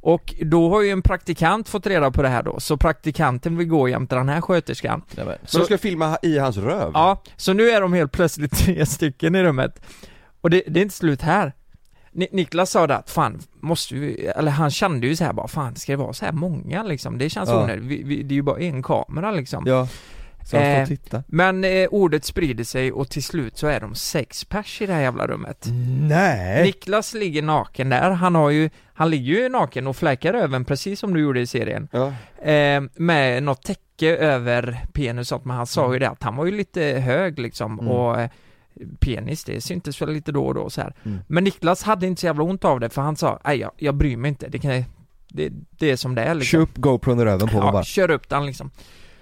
Och då har ju en praktikant fått reda på det här då. Så praktikanten vill gå jämte den här sköterskan. Ja, men. Så de ska filma i hans röv? Ja, så nu är de helt plötsligt tre stycken i rummet. Och det, det är inte slut här. Ni, Niklas sa det att fan, måste vi, eller han kände ju så här bara, fan ska det vara så här många liksom? Det känns ja. onödigt. Vi, vi, det är ju bara en kamera liksom. Ja, så de eh, får titta. Men eh, ordet sprider sig och till slut så är de sex pers i det här jävla rummet. Nej. Niklas ligger naken där. Han har ju, han ligger ju naken och fläkar över precis som du gjorde i serien. Ja. Eh, med något täcke över penis och sånt, men han sa ju det att han var ju lite hög liksom Mm. och eh, penis, det syntes väl lite då och då så här. Mm. Men Niklas hade inte så jävla ont av det för han sa, nej jag, jag bryr mig inte, det, kan, det, det är som det är liksom. Kör upp GoPron i röven på mig Ja, bara. kör upp den liksom.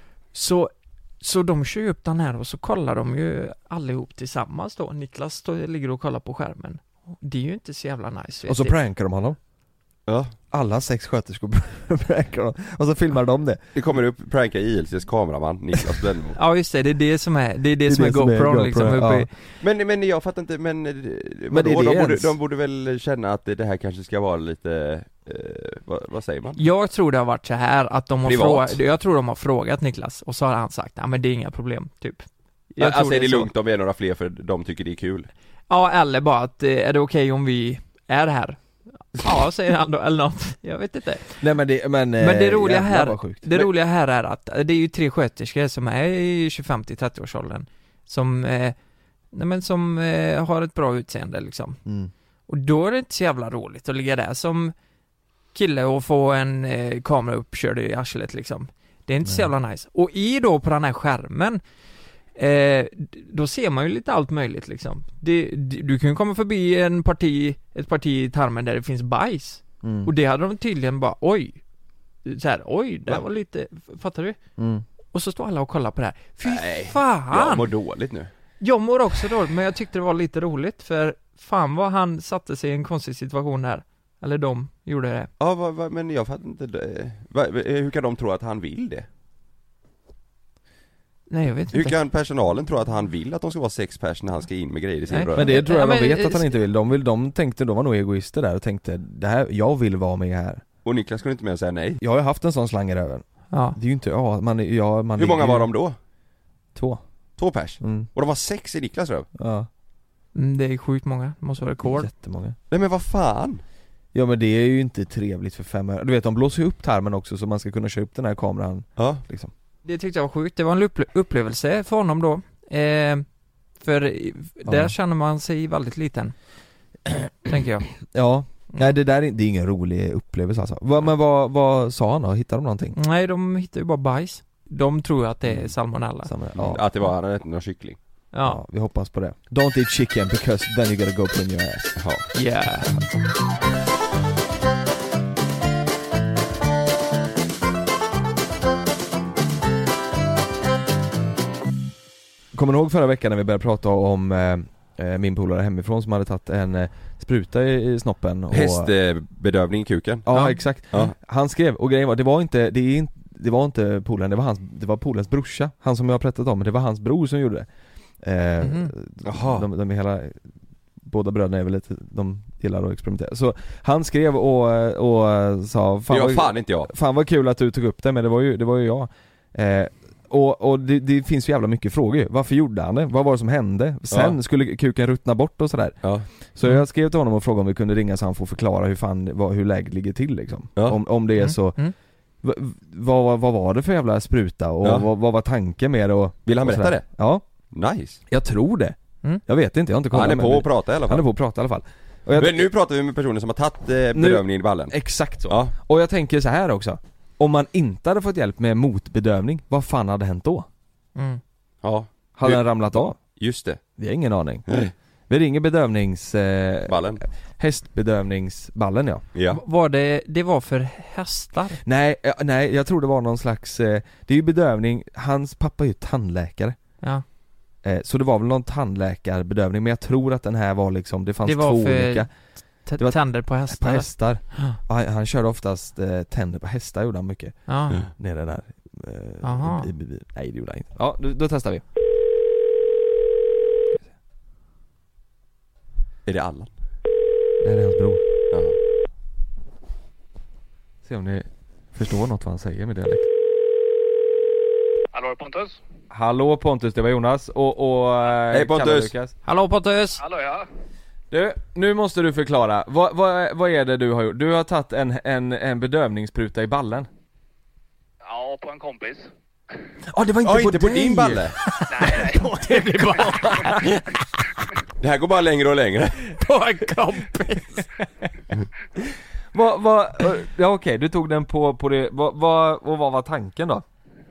Så, så de kör upp den här och så kollar de ju allihop tillsammans då. Niklas står, ligger och kollar på skärmen. Det är ju inte så jävla nice. Och så vet prankar de honom. Ja. Alla sex sköterskor prankar honom. Och så filmar de det. Det kommer upp pranka I L C:s kameraman Niklas Blenmo. Ja just det, det är det som är det är det, Det är som det är som är GoPro, GoPro, liksom uppe ja. i, Men, men jag fattar inte, men, men det är de, det borde, ens. de borde väl känna att det, det här kanske ska vara lite, eh, vad, vad säger man? Jag tror det har varit så här att de har Privat. frågat, jag tror de har frågat Niklas och så har han sagt, ja men det är inga problem typ. Jag Alltså tror är det så. lugnt om vi är några fler för de tycker det är kul? Ja, eller bara att eh, är det okej om vi är här? Ja, säger han då, eller något. Jag vet inte. Nej men det, men, Men det roliga jävlar här, vad sjukt. det Men- roliga här är att det är ju tre sköterskor som är i tjugofem till trettio årsåldern som, eh, nej men som eh, har ett bra utseende liksom. Mm. Och då är det inte så jävla roligt att ligga där som kille och få en eh, kamera uppkörd i arslet liksom. Det är inte så Nej. jävla nice. Och i då på den här skärmen eh, d- då ser man ju lite allt möjligt liksom. Det, d- du kan ju komma förbi en parti, ett parti i tarmen där det finns bajs. Mm. Och det hade de tydligen bara, oj så här, oj, det här var lite, fattar du? Mm. Och så står alla och kollar på det här. Fy Nej, fan! Jag mår dåligt nu. Jag mår också dåligt, men jag tyckte det var lite roligt för fan vad han satte sig i en konstig situation där. Eller de gjorde det. Ja, va, va, men jag fattar inte det. Va, hur kan de tro att han vill det? Nej, jag vet Hur inte. kan personalen tro att han vill att de ska vara sex pers när han ska in med grejer i sin Nej. röv? Men det tror jag Ja, de men- vet att han inte vill. De, vill, de tänkte, de var nog egoister där och tänkte, det här, jag vill vara med här. Och Niklas kunde inte med och säga nej. Jag har ju haft en sån slang i röven. Ja. Det är ju inte, ja, man, ja, man Hur många ligger var ju- de då? Två. Två pers? Mm. Och de var sex i Niklas röv? Ja. Mm, det är sjukt många, det måste vara rekord. Jättemånga. Nej men vad fan? Ja men det är ju inte trevligt för fem öre. Du vet, de blåser ju upp tarmen också så man ska kunna köra upp den här kameran Ja. liksom. Det tyckte jag var sjukt, det var en upple- upplevelse för honom då. Eh, för i- där Ja. känner man sig väldigt liten. Tänker jag. Ja, nej det där är, det är ingen rolig upplevelse alltså. Va, men vad, vad sa han då? Hittade de någonting? Nej, de hittar ju bara bajs. De tror ju att det är salmonella. Samma, ja. Att det var, han hade ätit någon kyckling. Ja. Ja, vi hoppas på det. Don't eat chicken because then you gotta go put in your ass. Ja. Yeah. Kommer du ihåg förra veckan när vi började prata om eh, eh, min polare hemifrån som hade tagit en eh, spruta i, i snoppen och... Hästbedövning i kuken. Ja, Ja. exakt. Ja. Han skrev, och grejen var, det var inte, det är inte det var inte polaren, det var hans, det var polarens brorsa. Han som jag har pratat om, men det var hans bror som gjorde det. Eh, Mhm. Jaha. de, de är hela, båda bröderna är väl lite, de gillar att experimentera. Så han skrev och, och sa, fan Det var vad, fan inte jag. fan vad kul att du tog upp det, men det var ju, det var ju jag. Eh, och och det, det finns ju jävla mycket frågor. Varför gjorde han det? Vad var det som hände? Sen Ja. skulle kuken ruttna bort och sådär. Ja. Så Mm. jag skrev till honom och frågade om vi kunde ringa så han får förklara hur fan, vad, hur läget ligger till liksom. Ja. Om, om det är Mm. så, Mm. v, vad, vad var det för jävla spruta och Ja. vad, vad var tanken med det och, Vill han och berätta sådär. det? Ja, Nice. jag tror det. Mm. Jag vet inte, jag har inte kollat. Han är men på det- att prata i alla Han är fall. på att prata i alla fall. Och jag, Men nu pratar vi med personer som har tagit eh, bedövningen i ballen. exakt så. Ja. Och jag tänker så här också. Om man inte hade fått hjälp med motbedövning, vad fan hade hänt då? Mm. Ja. Hade Du- den ramlat av? Just det. Vi har ingen aning. Nej. Vi ringer bedövnings... Eh, Ballen. hästbedövningsballen ja. Ja. Var det, det var för hästar? Nej, eh, nej, jag tror det var någon slags... Eh, det är ju bedövning, hans pappa är ju tandläkare. Ja. Eh, så det var väl någon tandläkarbedövning, men jag tror att den här var liksom, det fanns Det var två för olika T- Det var- tänder på på hästar? hästar. Ja. Och han, han körde oftast eh, tänder på hästar, gjorde han mycket. Ja. Nere där. Eh, Aha. i, i, i, nej det gjorde han inte. Ja, då, då testar vi. Är det Allan? Det här är hans bror. Ja. Se om ni förstår något vad han säger med dialekt. Hallå Pontus? Hallå Pontus, det var Jonas och, och Hej Pontus! Hallå Pontus! Hallå ja. Du, nu måste du förklara, vad, vad, vad är det du har gjort? Du har tagit en, en, en bedövningsspruta i ballen. Ja, på en kompis. Ja, oh, det var inte, ja, på, inte på din balle. Nej, nej. Det här går bara längre och längre. På en kompis. Vad, vad, ja okej, du tog den på, på det, vad, vad, och vad var tanken då?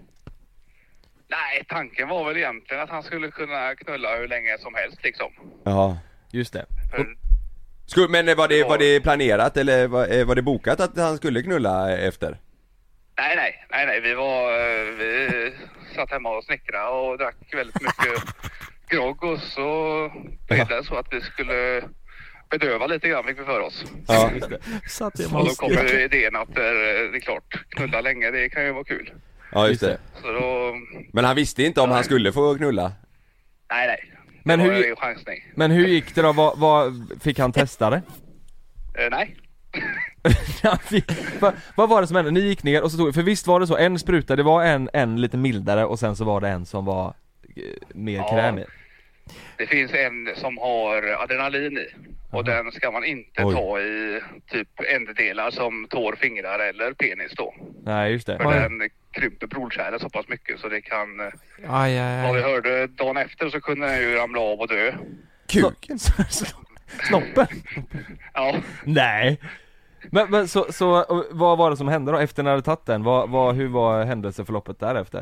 Nej, tanken var väl egentligen att han skulle kunna knulla hur länge som helst liksom. Ja, just det. För, Skulle, men var det, var det planerat eller var, var det bokat att han skulle knulla efter? nej, nej, nej, nej, vi var, vi satt hemma och snickrade och drack väldigt mycket grogg och så blev det så att vi skulle bedöva lite grann, fick vi för oss. Ja, just det. Satt Och då kom ju idén att det är klart, knulla länge, det kan ju vara kul. ja just det. Så då, Men han visste inte om han skulle få knulla? nej, nej. Men det var hur- ju en chansning. Men hur gick det då? Vad, vad fick han testa det? Eh, nej. Ja, fick, vad, vad var det som hände? Ni gick ner och så tog, för visst var det så, en spruta, det var en, en lite mildare och sen så var det en som var eh, mer Ja. krämig. Det finns en som har adrenalin i och den ska man inte Oj. ta i typ änddelar som tår, fingrar eller penis då. Nej, just det. För Oj. den krymper blodkärlen så pass mycket så det kan, eh, Aj, aj, vad vi aj. hörde dagen efter så kunde den ju ramla av och dö. Kuken? Snoppen? Ja, Nej. Men, men så, så och vad var det som hände då efter när du tagit den? Vad, vad, hur var händelseförloppet därefter?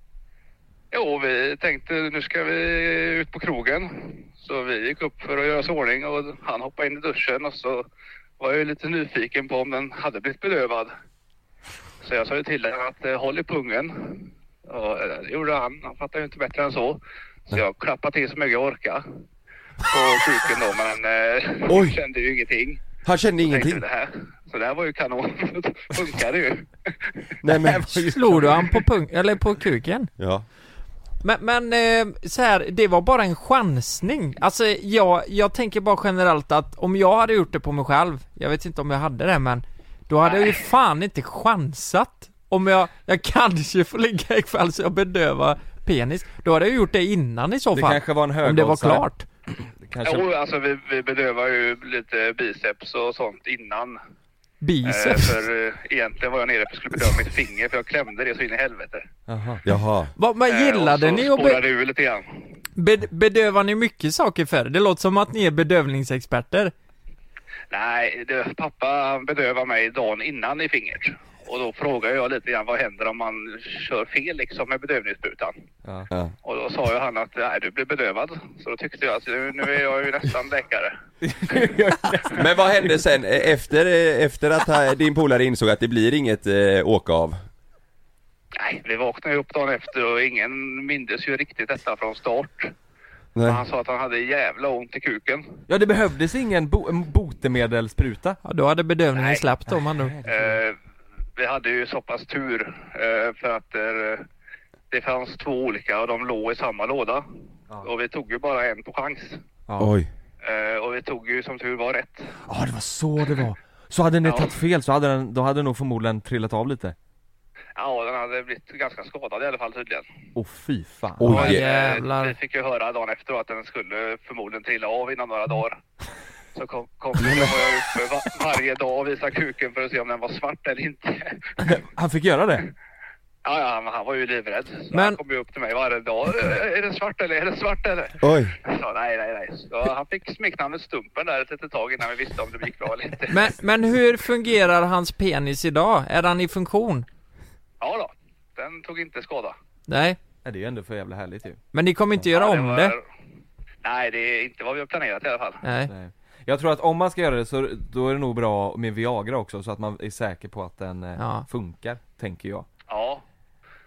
jo vi tänkte nu ska vi ut på krogen. Så vi gick upp för att göra oss ordning och han hoppade in i duschen och så var jag ju lite nyfiken på om den hade blivit bedövad. Så jag sa ju till den att eh, håll i pungen. Och eh, det gjorde han. Han fattade ju inte bättre än så. Så jag klappade till så mycket jag orkade. På kuken då, men eh, Oj. kände ju ingenting. Han kände Tänkte ingenting? Det här. Så det här var ju kanon. Funkade ju. Nej men, Slog du han på pung eller på kuken? ja. Men, men eh, så här, det var bara en chansning. Alltså jag, jag tänker bara generellt att om jag hade gjort det på mig själv, jag vet inte om jag hade det, men då hade jag ju fan inte chansat. Om jag, jag kanske får ligga ikväll så jag bedövar penis, då hade jag gjort det innan i så Det fall. kanske var en Om det var högoddsare. klart. Det kanske... Jo, alltså vi, vi bedövar ju lite biceps och sånt innan. Eh, Biceps. för eh, egentligen var jag nere för att skulle bedöva mitt finger för jag klämde det så in i helvete. Jaha. Jaha. Vad, men Eh, gillade och så ni att spårade be, det ur lite grann. bed, bedövar ni mycket saker för? Det låter som att ni är bedövningsexperter. Nej, det, pappa bedövar mig dagen innan i fingret. Och då frågar jag lite grann vad händer om man kör fel liksom med bedövningssprutan. Ja. Ja. Och då sa ju han att nej, du blir bedövad. Så då tyckte jag att nu, nu är jag ju nästan läkare. Men vad hände sen efter, efter att ha- din polare insåg att det blir inget eh, åka av? Nej, vi vaknade ju upp dagen efter och ingen mindes ju riktigt detta från start. Nej. Han sa att han hade jävla ont i kuken. Ja, det behövdes ingen bo- en botemedelsspruta. Ja, då hade bedövningen Nej. släppt om man då. Eh, vi hade ju så pass tur eh, för att eh, det fanns två olika och de låg i samma låda. Ja. Och vi tog ju bara en på chans. Ja. Oj. Eh, och vi tog ju som tur var rätt. Ja, det var så det var. Så hade ni Ja. tagit fel så hade den, då hade den nog förmodligen trillat av lite. Ja, den hade blivit ganska skadad i alla fall tydligen. Åh fy fan. Oj. Ja, Eh, jävlar. Vi fick ju höra dagen efter då att den skulle förmodligen trilla av innan några dagar. Så kom, kom så var jag uppe va- varje dag och visade kuken för att se om den var svart eller inte. Han fick göra det? Ja, ja, men han var ju livrädd. Så Men- han kom ju upp till mig varje dag. "Eh, Är det svart eller? Är det svart eller? Oj. Jag sa nej, nej, nej. Så han fick smeknamnet Stumpen där ett litet tag innan vi visste om det gick bra eller inte. Men, men hur fungerar hans penis idag? Är han i funktion? Ja då, den tog inte skada. Nej, Ja, det är ju ändå för jävla härligt ju. men ni kommer inte göra Ja, om var- det? Nej, det är inte vad vi har planerat i alla fall. Nej. Nej. Jag tror att om man ska göra det så då är det nog bra med Viagra också så att man är säker på att den eh, Ja. funkar, tänker jag. Ja,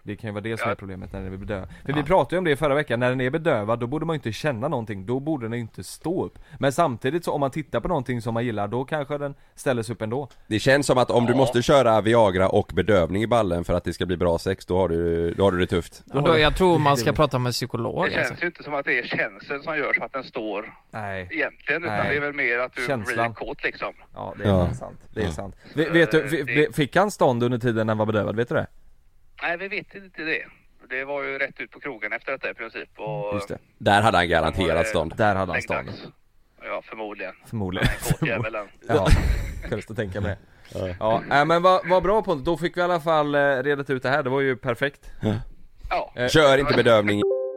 Det kan ju vara det som Ja. är problemet när den är bedövad. För Ja. vi pratade ju om det förra veckan, när den är bedövad då borde man ju inte känna någonting, då borde den inte stå upp. Men samtidigt så om man tittar på någonting som man gillar, då kanske den ställer sig upp ändå. Det känns som att om du måste köra Viagra och bedövning i ballen för att det ska bli bra sex, då har du, då har du det tufft. Ja, då, jag tror man ska prata med en psykolog. Det känns Alltså. ju inte som att det är känslan som gör så att den står Nej. egentligen, utan Nej. det är väl mer att du Känslan. blir kåt liksom. Ja, det är Ja. sant. Det är Ja. sant. V- vet du, f- f- fick han stånd under tiden när han var bedövad, vet du det? Nej, vi vet inte det. Det var ju rätt ut på krogen efter detta i princip. Och Just det. Där hade han han var, garanterat eh, stånd. Där hade han stånd. läggdags. Ja, förmodligen. Förmodligen. En kåt jävel än. Ja, kunde att tänka mig. Ja, äh, men vad vad bra Pontus, då fick vi i alla fall eh, redat ut det här, det var ju perfekt. Ja. Eh, Kör inte bedövning.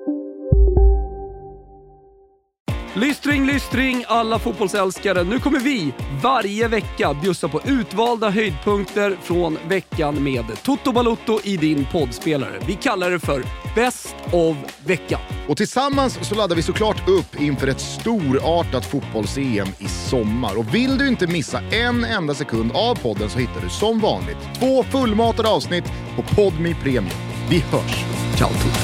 Lystring, lystring alla fotbollsälskare. Nu kommer vi varje vecka bjussa på utvalda höjdpunkter från veckan med Toto Balotto i din poddspelare. Vi kallar det för Best of veckan. Och tillsammans så laddar vi såklart upp inför ett storartat fotbolls-E M i sommar. Och vill du inte missa en enda sekund av podden så hittar du som vanligt två fullmatade avsnitt på Podmi Premium. Vi hörs! Ciao Toto.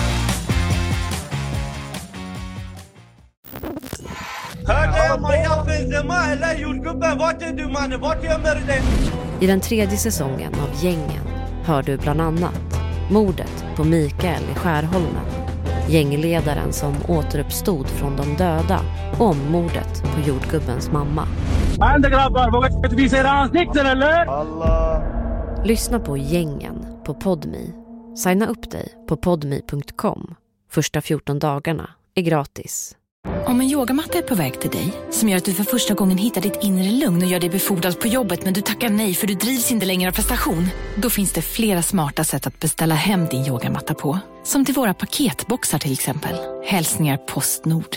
I den tredje säsongen av Gängen hör du bland annat mordet på Mikael i Skärholmen, gängledaren som återuppstod från de döda, och om mordet på jordgubbens mamma. Lyssna på Gängen på Podmi. Signa upp dig på podmi punkt com. Första fjorton dagarna är gratis. Om en yogamatta är på väg till dig, som gör att du för första gången hittar ditt inre lugn och gör dig befordrad på jobbet men du tackar nej för du drivs inte längre av prestation, då finns det flera smarta sätt att beställa hem din yogamatta på. Som till våra paketboxar till exempel. Hälsningar Postnord.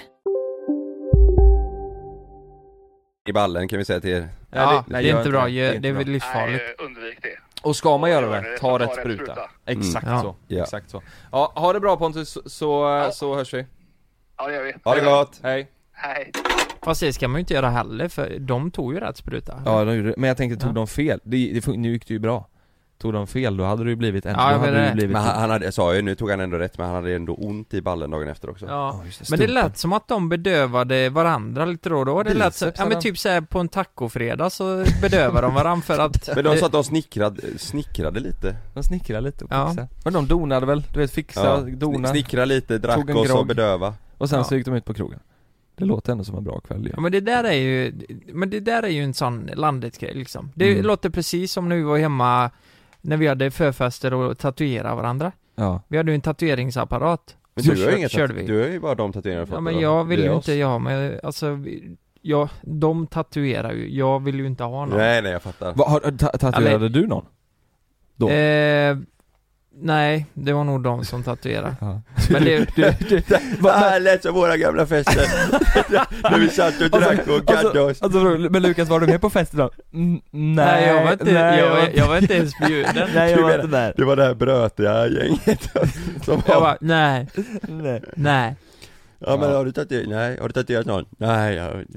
I ballen kan vi säga till er. Ja, nej, det är gör inte bra, det. Det är det inte är väl bra. livsfarligt. Nej, undvik det. Och ska man göra Gör det, det, ta ta rätt rätt spruta. spruta. Exakt Mm. så. Ja. Exakt så. Ja, ha det bra Pontus, så, så, så hörs vi. Ja, det gör vi. Ha det gott! Hej. Hej. Fast det ska man ju inte göra heller, för de tog ju rätt spruta. Ja, de gjorde det. Men jag tänkte, tog Ja. de fel? Det, det, fun- nu gick det ju bra. Tog de fel, då hade det ju blivit en, Ja, då jag hade menar det det. ju blivit Men han, han hade, jag sa ju, nu tog han ändå rätt, men han hade ändå ont i ballen dagen efter också. Ja, Ja, just det, men det stumpen. lät som att de bedövade varandra lite då och då. Det lät som, Biceps, ja men eller? typ såhär på en tacofredag så bedövar de varandra för att... Men de sa att de snickrade, snickrade lite. De snickrade lite och Ja. fixade. Men de donade väl, du vet, fixa, Ja. dona. Snickra lite, drack Tog en och så grogg. bedöva. Och sen Ja. så gick de ut på krogen. Det låter ändå som en bra kväll. Ja, Ja. men det där är ju, men det där är ju en sån landet-grej liksom. Det Mm. låter precis som när vi var hemma, när vi hade förfester och tatuera varandra. Ja. Vi hade ju en tatueringsapparat. Men Så du har kör- ju inget, körde vi. du har ju bara de tatueringar fått. Ja men då. jag vill Det är ju oss. inte, ja men alltså, vi- ja, de tatuerar ju, jag vill ju inte ha någon. Nej nej jag fattar. Va, har, ta, tatuerade Eller- du någon? Då? Eh, nej, det var nog de som tatuerade. Ja. Men det, du, du, Vad är lätt som våra gamla fester. När vi satt och drack och gaddade oss. Alltså, men Lukas, var du med på festen då? Mm, nej, nej, jag var inte, nej, jag, var, jag var inte ens bjuden. nej, jag Du var menar- inte där. Det var det här brötiga gänget som Jag var... bara, nej, Nej. nej. Ja men har du tatuerat? Nej, har du tatuerat någon? Nej, jag har inte.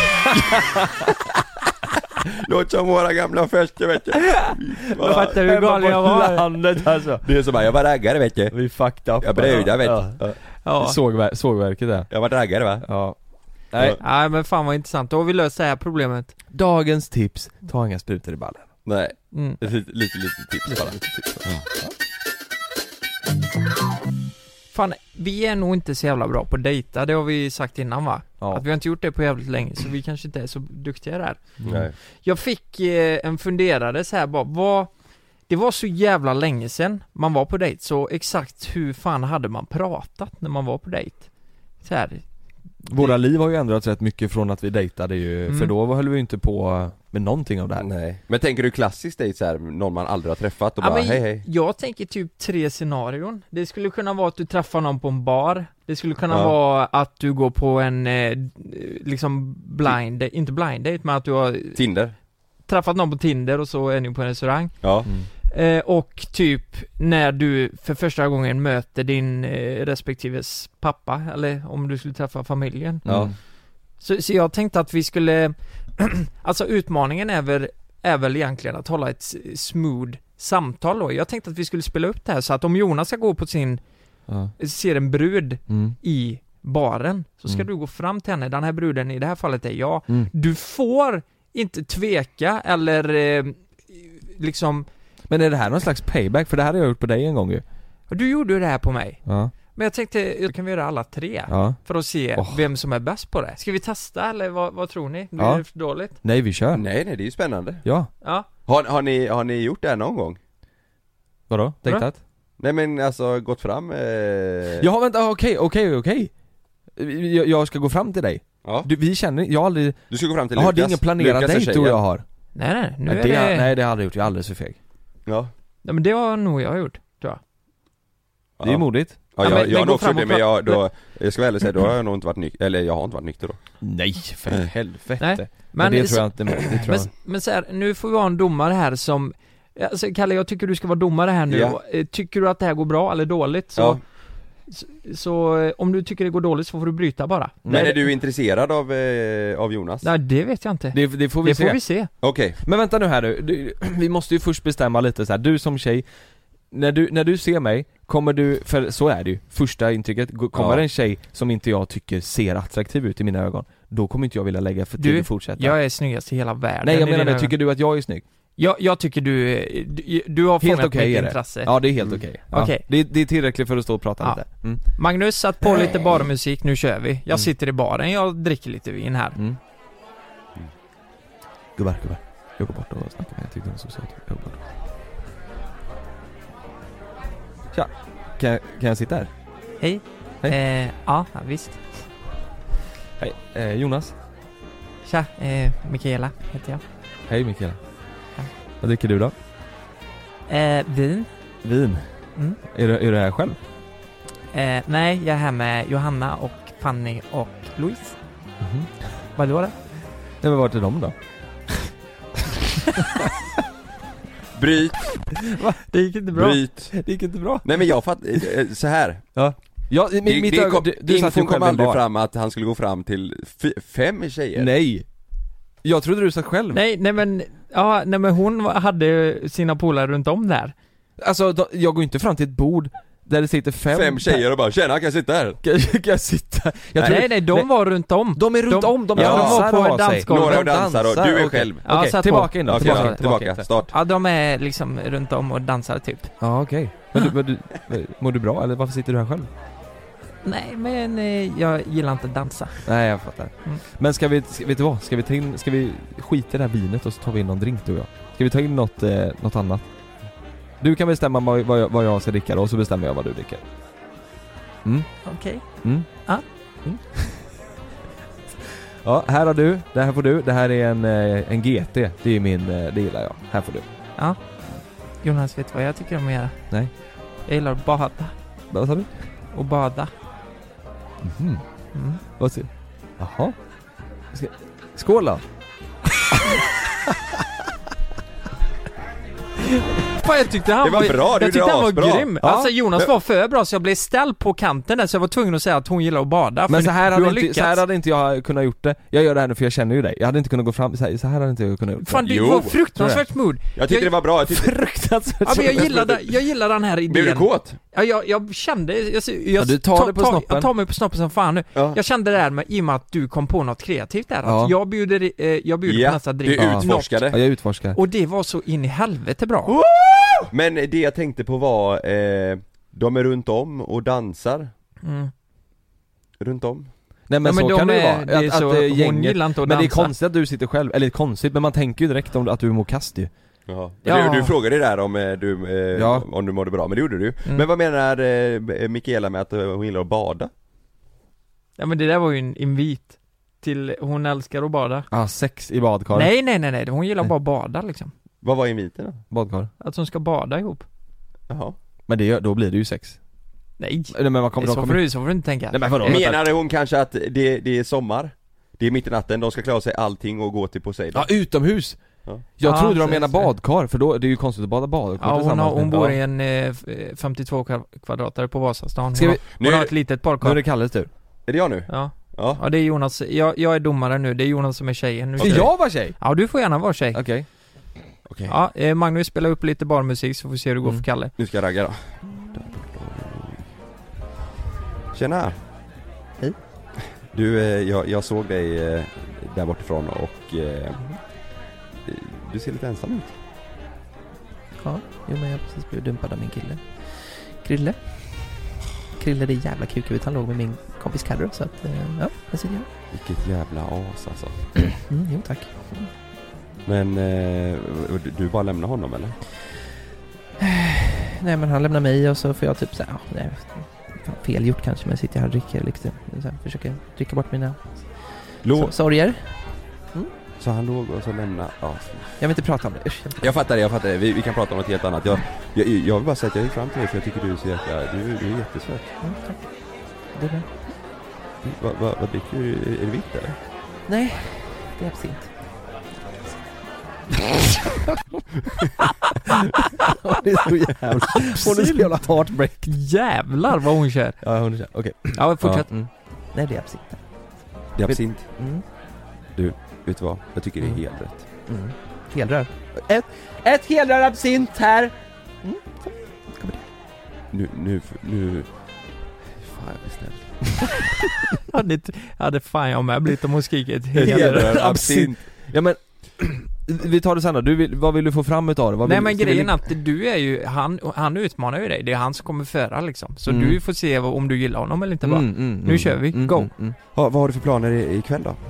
Låt som våra gamla fester vet du. Jag fattar hur galen jag var. Landet, alltså. Det är som bara, jag var raggare vet du. Vi fucked up. Jag bröda vet Ja. du. Ja. Ja. Sågver- sågverket där. Jag var raggare va? Ja. Nej. Nej men fan vad intressant, då har vi löst det här problemet. Dagens tips, ta inga sprutor i ballen. Nej, Mm. lite, lite, lite tips bara. Fan, vi är nog inte så jävla bra på dejta, det har vi sagt innan va? Ja. Att vi har inte gjort det på jävligt länge, så vi kanske inte är så duktiga där. Nej. Jag fick eh, en funderare så här bara, vad... Det var så jävla länge sedan man var på dejt, så exakt hur fan hade man pratat när man var på dejt? Så här. Våra liv har ju ändrats rätt mycket från att vi dejtade ju, Mm. för då höll vi ju inte på med någonting av det här. Nej. Men tänker du klassiskt dejt så här, någon man aldrig har träffat och Ja, bara men hej hej? Jag tänker typ tre scenarion. Det skulle kunna vara att du träffar någon på en bar. Det skulle kunna Ja. vara att du går på en eh, liksom blind date, inte blind date, men att du har Tinder? träffat någon på Tinder och så är ni på en restaurang. Ja. Mm. Eh, och typ när du för första gången möter din eh, respektives pappa, eller om du skulle träffa familjen. Ja. Mm. Så, så jag tänkte att vi skulle alltså utmaningen är väl, är väl egentligen att hålla ett s- smooth samtal då. Jag tänkte att vi skulle spela upp det här så att om Jonas ska gå på sin Ja. ser en brud Mm. i baren så ska Mm. du gå fram till henne. Den här bruden i det här fallet är jag. Mm. Du får inte tveka eller eh, liksom. Men är det här någon slags payback? För det här har jag gjort på dig en gång ju. Du gjorde ju det här på mig. Ja. Men jag tänkte, kan vi göra alla tre? Ja. För att se Oh. vem som är bäst på det. Ska vi testa eller vad, vad tror ni? Blir Ja. det för dåligt? Nej, vi kör. Nej, nej, det är ju spännande. Ja. Ja. Har, har, ni, har ni gjort det här någon gång? Vadå? Tänkte att? Nej men alltså, gått fram eh... Ja, vänta, okej, okej, okej. Jag, jag ska gå fram till dig. Ja. Du, vi känner, jag har aldrig... Du ska gå fram till Jaha, Lukas. det är ingen planerad Lukas är dejt tror tjejen. jag har. Nej, nej, nu nej, är det, det... Nej, det har jag aldrig gjort, jag är alldeles för feg. Ja. Ja, men det har nog jag gjort, tror jag. Det är modigt. Ja, Ja, jag, men- jag men har gå nog också fram det, och men jag, pra- då, jag ska väl ärligt säga, då har jag nog inte varit nykter, eller jag har inte varit nykter då. Nej, för helvete. Nej, Men, men det så- tror jag inte, det tror Men, jag. men så här, nu får vi ha en domare här som alltså, Kalle, jag tycker du ska vara domare här nu. Ja. Eh, Tycker du att det här går bra eller dåligt så, Ja. så, så eh, om du tycker det går dåligt så får du bryta bara. Men är du intresserad av, eh, av Jonas? Nej, det vet jag inte. Det, det får vi det se. får vi se. Okej. Men vänta nu här nu, du, vi måste ju först bestämma lite så här. Du som tjej, när du, när du ser mig, kommer du, för så är det ju, första intrycket, gå- kommer Ja. en tjej som inte jag tycker ser attraktiv ut i mina ögon, då kommer inte jag vilja lägga för tid Du, att fortsätta. jag är snyggast i hela världen. Nej, jag i menar dina det, tycker du att jag är snygg? Jag, jag tycker du, du, du har Helt fångat okej mitt är det. intresse. Ja, det är helt okej. Ja. Okej. Det, det är tillräckligt för att stå och prata Ja. lite. Mm. Magnus, satt på lite barmusik, nu kör vi. Jag Mm. sitter i baren, jag dricker lite vin här. Mm. Gubbar, gubbar. Jag går bort och snackar med, jag tyckte det var så söt. Jag går bort. Tja, kan jag, kan jag sitta här? Hej. Hej. Eh, ja, ja, visst. Hej, eh, Jonas. Tja, eh, Mikaela heter jag. Hej Mikaela. Ja. Vad dricker du då? Eh, vin? Vin? Mm. Är du, är du här själv? Eh, nej, jag är här med Johanna och Fanny och Louise. Mhm. Vad var det? Nej, men vart är de då? Bryt. Va? Det gick inte bra. Bryt. Det gick inte bra. Nej men jag fatt, eh, så här. Ja. Ja, i, Det, mitt det ögon, kom, du, du satt ju infon kom själv i en aldrig bar. fram att han skulle gå fram till f- fem tjejer. Nej. Jag trodde du satt själv. Nej, nej men, ja, nej men hon hade sina polare runt om där. Alltså, då, jag går inte fram till ett bord där det sitter fem Fem tjejer och bara, tjena, kan jag sitta här? Kan, kan jag sitta? Jag tror, nej, nej, de var runt om. De är runt om, de ja, dansar de var på och har sig. dansgolvet. Några De dansar och du är okej. själv. Ja, Okej, satt tillbaka på. in då. Okej, tillbaka, okej, tillbaka, start. Ja, de är liksom runt om och dansar typ. Ja, okej. Men, du, men du, mår du bra eller varför sitter du här själv? Nej, men eh, jag gillar inte att dansa. Nej, jag fattar. Mm. Men ska vi, vet du vad? Ska vi ta in, ska vi skita i det här vinet och så tar vi in någon drink du och jag? Ska vi ta in något, eh, något annat? Du kan bestämma vad, vad, jag, vad jag ska dricka då, och så bestämmer jag vad du dricker. Mm. Okej. Mm. Ja. Mm. Ja, här har du, det här får du. Det här är en, eh, en G T. Det är min, eh, det gillar jag. Här får du. Ja. Jonas, vet du vad jag tycker om att göra? Nej. Jag gillar att bada. Vad sa du? Och bada. Mhm. Mm. Vad säger Jaha. Ska... Skål då. Fan, jag tyckte han Det var bra, du jag tyckte är han var asbra. grym. Ja. Alltså Jonas var för bra så jag blev ställd på kanten där så jag var tvungen att säga att hon gillar att bada. Men för så här, du hade har inte, lyckats. så här hade inte jag kunnat gjort det. Jag gör det här nu för jag känner ju dig. Jag hade inte kunnat gå fram, så här, så här hade inte jag kunnat gjort det. Fan, du Jo, var fruktansvärt mood. Jag tyckte det var bra, jag tyckte... Fruktansvärt. Ja, men jag gillade, jag gillade den här idén. Blev du kåt? Ja, jag, jag kände, jag, jag, Ja, du tar det på ta, snoppen. Jag tar mig på snoppen som fan nu. Ja. Jag kände det här med, i och med att du kom på något kreativt där. Ja. Att jag bjuder, eh, jag bjuder Ja, på nästa du drink. Ja. utforskade. Ja, jag utforskar. Och det var så in i helvete bra. Men det jag tänkte på var, eh, de är runt om och dansar. Mm. Runt om. Nej men, Ja, men så de kan det ju är- vara. det är att, så- att, eh, hon gänget, gillar inte att men det är dansa. konstigt att du sitter själv, eller konstigt, men man tänker ju direkt om att du mår kast ju. Jaha. Ja. Du, du frågade ju där om eh, du, eh, Ja. om du mådde bra, men det gjorde du. Mm. Men vad menar eh, Mikaela med att eh, hon gillar att bada? Ja, men det där var ju en invit till, hon älskar att bada. Ja, ah, sex i badkar. Nej, nej, nej, nej, hon gillar bara att bada liksom. Vad var inviten då? Badkar. Att hon ska bada ihop. Jaha. Men det, gör- då blir det ju sex. Nej, Nej, men man kommer, så, de får kommer... du, så får du inte tänka. Nej, men vadå? Eh, Vänta. Menade hon kanske att det, det är sommar? Det är mitt i natten, de ska klara sig allting och gå till Poseidon? Ja, utomhus! Ja. Jag Ja, trodde de så- menade så- badkar, för då, det är ju konstigt att bada badkar Ja, hon, tillsammans har, hon med- bor Ja. i en eh, f- femtiotvå kvadratare på Vasastan. Ska Hon, vi- har, Nu hon är har det- ett litet Nu är badkar. det Kalles tur. Är det jag nu? Ja. Ja. Ja, det är Jonas. Jag, jag är domare nu, det är Jonas som är tjejen. Nu Ska kör- jag vara tjej? Ja, du får gärna vara tjej. Okej. Okej. Ja, eh, Magnus spelar upp lite barmusik så får vi se hur det går Mm. för Kalle. Nu ska jag ragga då. Tjena. Hej. Du, eh, jag, jag såg dig eh, där bortifrån och eh, du ser lite ensam ut. Ja, jo, men jag har precis blivit dumpad av min kille. Krille. Krille, det är jävla kukut. Han låg med min kompis Carro, så att, eh, ja, det ser jag. Vilket jävla as alltså. Mm, jo, tack. Mm. Men eh, du, du bara lämnar honom eller? Nej, men han lämnar mig och så får jag typ så här, ja, nej, fan, fel gjort kanske, men jag sitter här och dricker liksom, så här, försöker dricka bort mina Lå- so- sorger. Mm. Så han låg och så lämnade, ja. Jag vill inte prata om det. Usch, jag, Jag fattar det, jag fattar det. Vi, vi kan prata om något helt annat. Jag, jag, jag vill bara säga att jag gick fram till dig för jag tycker du är så jäkla, du, du är jättesöt. Mm, tack. Det är bra. Vad va, vad dricker du? Är det vitt eller? Nej, det är absint. Det är så jävla... Hon är så jävla heartbreak. Jävlar vad hon kör. Ja, hon är så. Okej. Ja, fortsätt. Ja. Mm. Nej, det är absint. Det är absint. Mm. Du, vet du vad? Jag tycker det är Mm. helt rätt. Mm. Helrör. Ett, ett helrör absint här. Mm. Kommer det. Nu, nu, nu... Fan, jag blir snäll. hade, hade fan jag med blivit om hon skrikit Helrör absint. Ja, men vi tar det sen då. Du vill, vad vill du få fram utav det? Vad Nej, vill, men ska vi grejen li- är att du är ju, han, han utmanar ju dig. Det är han som kommer föra liksom. Så Mm. du får se vad, om du gillar honom eller inte bara. Mm, mm, Nu mm, kör vi, mm, go. mm, mm. Ja, vad har du för planer i- ikväll då?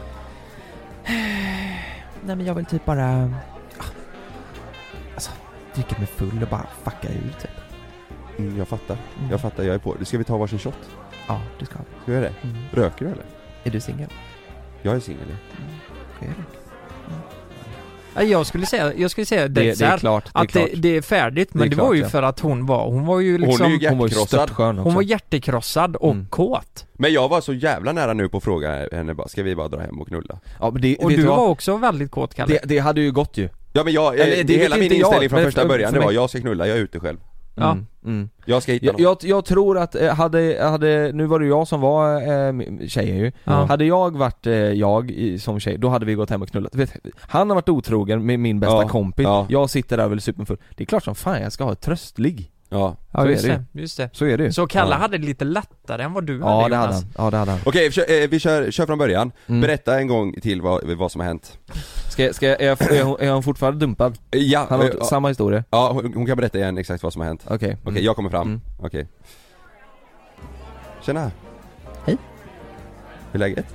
Nej, men jag vill typ bara... ah, Alltså, dricka mig full och bara fucka ur typ. Mm, jag fattar. Mm. Jag fattar, jag är på. Ska vi ta varsin shot? Ja, det ska vi. Ska vi göra det? Mm. Röker du eller? Är du singel? Jag är singel. Ja. Ska jag röka? Ja, Jag skulle säga, jag skulle säga Det- det, det så är här, klart, det är att det, klart. det är färdigt. Men Det är det, klart, var ju ja. för att hon var, hon var ju liksom, Hon är ju Hon var ju hjärtkrossad. störtskön också. hon var hjärtekrossad och Mm. kåt. Men jag var så jävla nära nu på att fråga henne bara, ska vi bara dra hem och knulla? Ja, men det, Och vet du vad? var också väldigt kåt, Kalle. det, det hade ju gått ju. Ja men jag, Eller, det, det det vet hela min inte jag, inställning från men första för- början, för det var mig- jag ska knulla, jag är ute själv. Ja. Mm, mm. Jag ska hitta Jag, någon. jag, jag tror att eh, hade, hade, nu var det jag som var eh, tjejen ju. Ja. Hade jag varit eh, jag i, som tjej, då hade vi gått hem och knullat. Vet, han har varit otrogen med min bästa Ja, kompis. ja. Jag sitter där och är superfull. Det är klart som fan jag ska ha ett tröstligg. Ja. Ja, Så är just det ju. det, just det. Så är det ju. Så Kalle Ja. hade det lite lättare än vad du Ja, hade, det hade Jonas. han. Ja, det hade han. Okej, vi kör, eh, vi kör, kör från början. Mm. Berätta en gång till vad, vad som har hänt. Ska, ska, är, jag, är, hon, är hon fortfarande dumpad? Ja, Han har eh, samma historia? ja hon, hon kan berätta igen exakt vad som har hänt. Okej. Okej, Mm. jag kommer fram. Mm. Okej. Tjena. Hej. Hur är läget?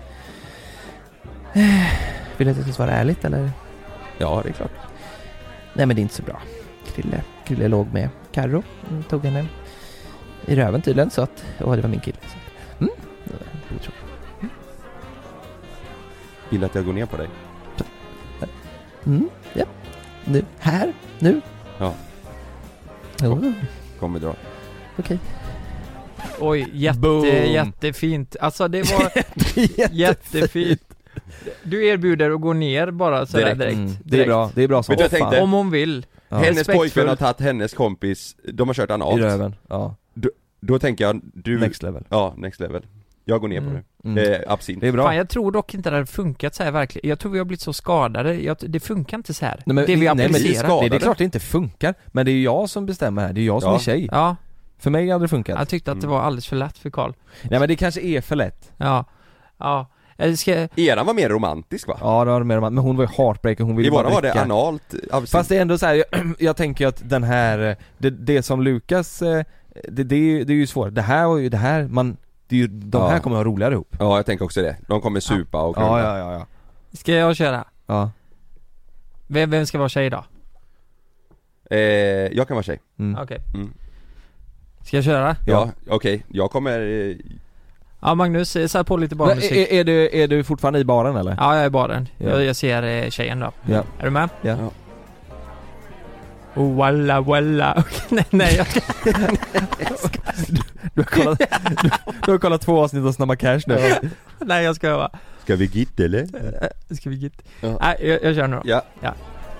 Vill du att jag ska svara ärligt eller? Ja, det är klart. Nej, men det är inte så bra. Krille, Krille låg med Carro. Mm, tog henne i röven tydligen, så att... Och det var min kille. Så att, mm, det var det tror jag. Vill att jag går ner på dig? Mm, ja. Nu, här, nu. Ja. Jo, Kom vi dra. okej. Oj, jätte, Boom. jättefint. Alltså det var jättefint. Du erbjuder att gå ner bara sådär direkt. Direkt. direkt. Mm. Det är bra, det är bra som Vet du vad jag fan. tänkte? Om hon vill. Ja. Hennes Respektfull. pojkvän har tagit hennes kompis, de har kört I analt. röven, ja. Då tänker jag, du... Next level. Ja, next level. Jag går ner på Mm. det. Mm. Eh, absint. Det är bra. Fan, jag tror dock inte det hade funkat så här verkligen. Jag tror vi har blivit så skadade. Jag, det funkar inte så här. Nej, men det vi nej, men det är applicerar. skadade. Nej, det är klart det inte funkar. Men det är ju jag som bestämmer här, det är jag som Ja. är tjej. Ja, För mig hade det funkat. jag tyckte att det Mm. var alldeles för lätt för Karl. Nej men det kanske är för lätt. Ja, ja. Jag ska... Eran var mer romantisk va? Ja det var det mer, men hon var ju heartbreaker, hon ville I våran bara var det dricka. analt absint. Fast det är ändå så här, jag, jag tänker ju att den här, det, det som Lukas, eh, det, det, är ju, det är ju svårt. Det här var ju, det här, man, det är ju, de Ja. här kommer ha roligare ihop. Ja, jag tänker också det. De kommer supa och Ja, ja, ja, ja. Ska jag köra? Ja. Vem, vem ska vara tjej då? Eh, jag kan vara tjej. Mm. Okej. Mm. Ska jag köra? Ja, okej. Jag kommer... Eh, Ja, Magnus, eh, sätt på lite Men, barnmusik. är, är, du, är du fortfarande i baren eller? Ja, jag är i baren. Ja. Jag, jag ser eh, tjejen då. Ja. Är du med? Ja. Ja. Oh, walla, walla. Okej, nej, nej. Jag... Du har kollat, du, du har kollat två avsnitt av Snabba Cash nu. nej, jag ska öva. ska vi gitta eller? Eh, Ska vi git? Ja. Nej, jag, jag kör nu då. Ja. Ja.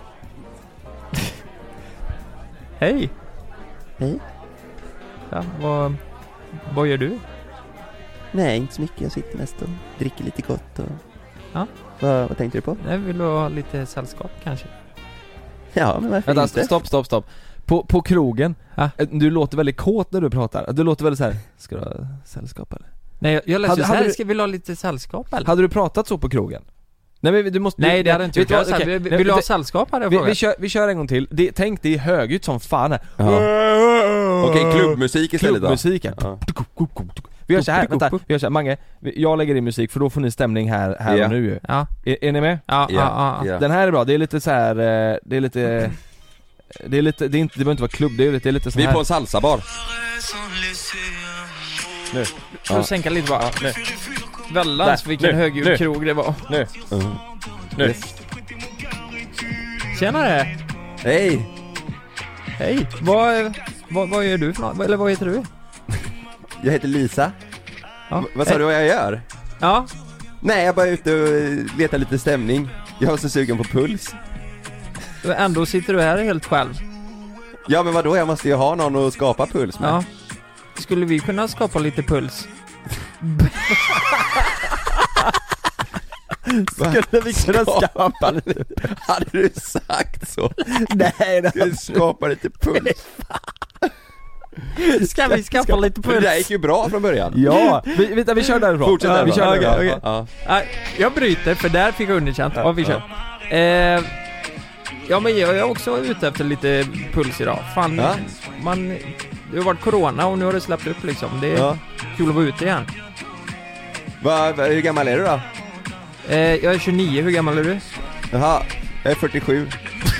Hej. Hej. Ja, vad, vad gör du? Nej, inte så mycket. Jag sitter mest och dricker lite gott och... Ja. Vad, vad tänkte du på? Jag vill du ha lite sällskap kanske? Ja, men varför Vänta, inte? stopp, stopp, stopp. På, på krogen, Ha? du låter väldigt kåt när du pratar. Du låter väldigt så här. Ska du ha sällskap eller? Nej, jag, jag läste Hade- så här, hade du- ska vi ha lite sällskap eller? Hade du pratat så på krogen? Nej men du måste... Nej, du, det hade jag inte vet gjort. du Jag vad? sa, Okej, vill nej, du ha det- sällskap hade jag vi, frågat. vi, kör, vi kör en gång till. Det, tänk, det är högljutt som fan här. Ja. Okej, klubbmusik istället då. Klubbmusiken. Ja. Vi gör så här, vänta, vi gör så här, Mange, vi- jag lägger in musik för då får ni stämning här, här Ja. och nu ju. Ja. Är, är ni med? Ja, ja, Ja, ja. ja. Den här är bra, det är lite så här, eh, det är lite... Det är lite, det är inte, det behöver inte vara klubb, det är lite, det är lite så Vi är här. på en salsabar. Nu. Får du sänka lite bara? nu. Vällans Där, vilken nu, högljudd nu. krog det var. Nu. Mm. Nu. Tjenare! Hej! Hej! Vad, vad, vad gör du för något? Eller vad heter du? Jag heter Lisa. Ja. V- vad sa du vad jag gör? Ja, Nej, jag bara är ute och letar lite stämning. Jag var så sugen på puls. ändå sitter du här helt själv. Ja, men vadå? Jag måste ju ha någon att skapa puls med. Ja. Skulle vi kunna skapa lite puls? Skulle vi kunna skapa lite? Hade du sagt så? Nej, det Ska skapa lite puls. Ska vi skapa lite Men det där puls? gick ju bra från början. Ja, vi, vänta, vi kör därifrån. Fortsätt ja, där vi kör Okej, därifrån. okej. Ja. Nej, jag bryter för där fick jag underkänt. Ja, vi kör. Eh, ja, men jag är också ute efter lite puls idag. Fan, Ja. man... Det har varit corona och nu har det släppt upp liksom. Det är Ja. kul att vara ute igen. Va, va, hur gammal är du då? Eh, jag är tjugonio, hur gammal är du? Jaha, jag är fyrtiosju.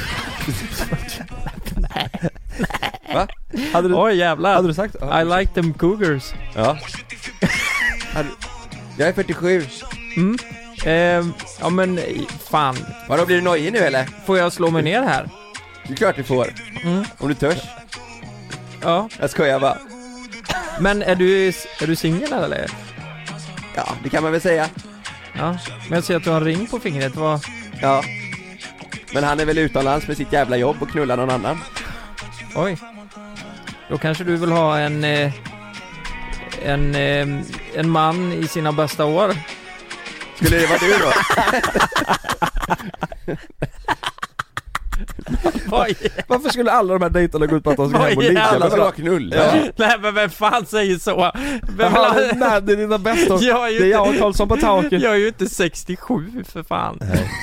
Va? Hade du, Oj jävlar. hade du sagt? I like them cougars. Ja. Hade- Jag är fyrtiosju. Mm. Eh, ja men fan. Vadå, blir du nöjd nu eller? Får jag slå mig ner här? Det är klart du får. Mm. Om du törs. Ja. Jag skojar bara. Men är du, är du singel eller? Ja, det kan man väl säga. Ja. Men jag ser att du har en ring på fingret. Vad? Ja. Men han är väl utomlands med sitt jävla jobb och knullar någon annan. Oj. Då kanske du vill ha en eh, en eh, en man i sina bästa år. Skulle det vara du då? Oj. Varför skulle alla de här dejterna gå ut på att de ska hem och Oj, ligga? Alla ska vara knulla. Ja. Nej men vem fan säger så? Vem vill Jaha, ha... det, nej, det är dina bästa. Jag är ju Det är inte- jag och Karlsson på taket. Jag är ju inte sextiosju för fan.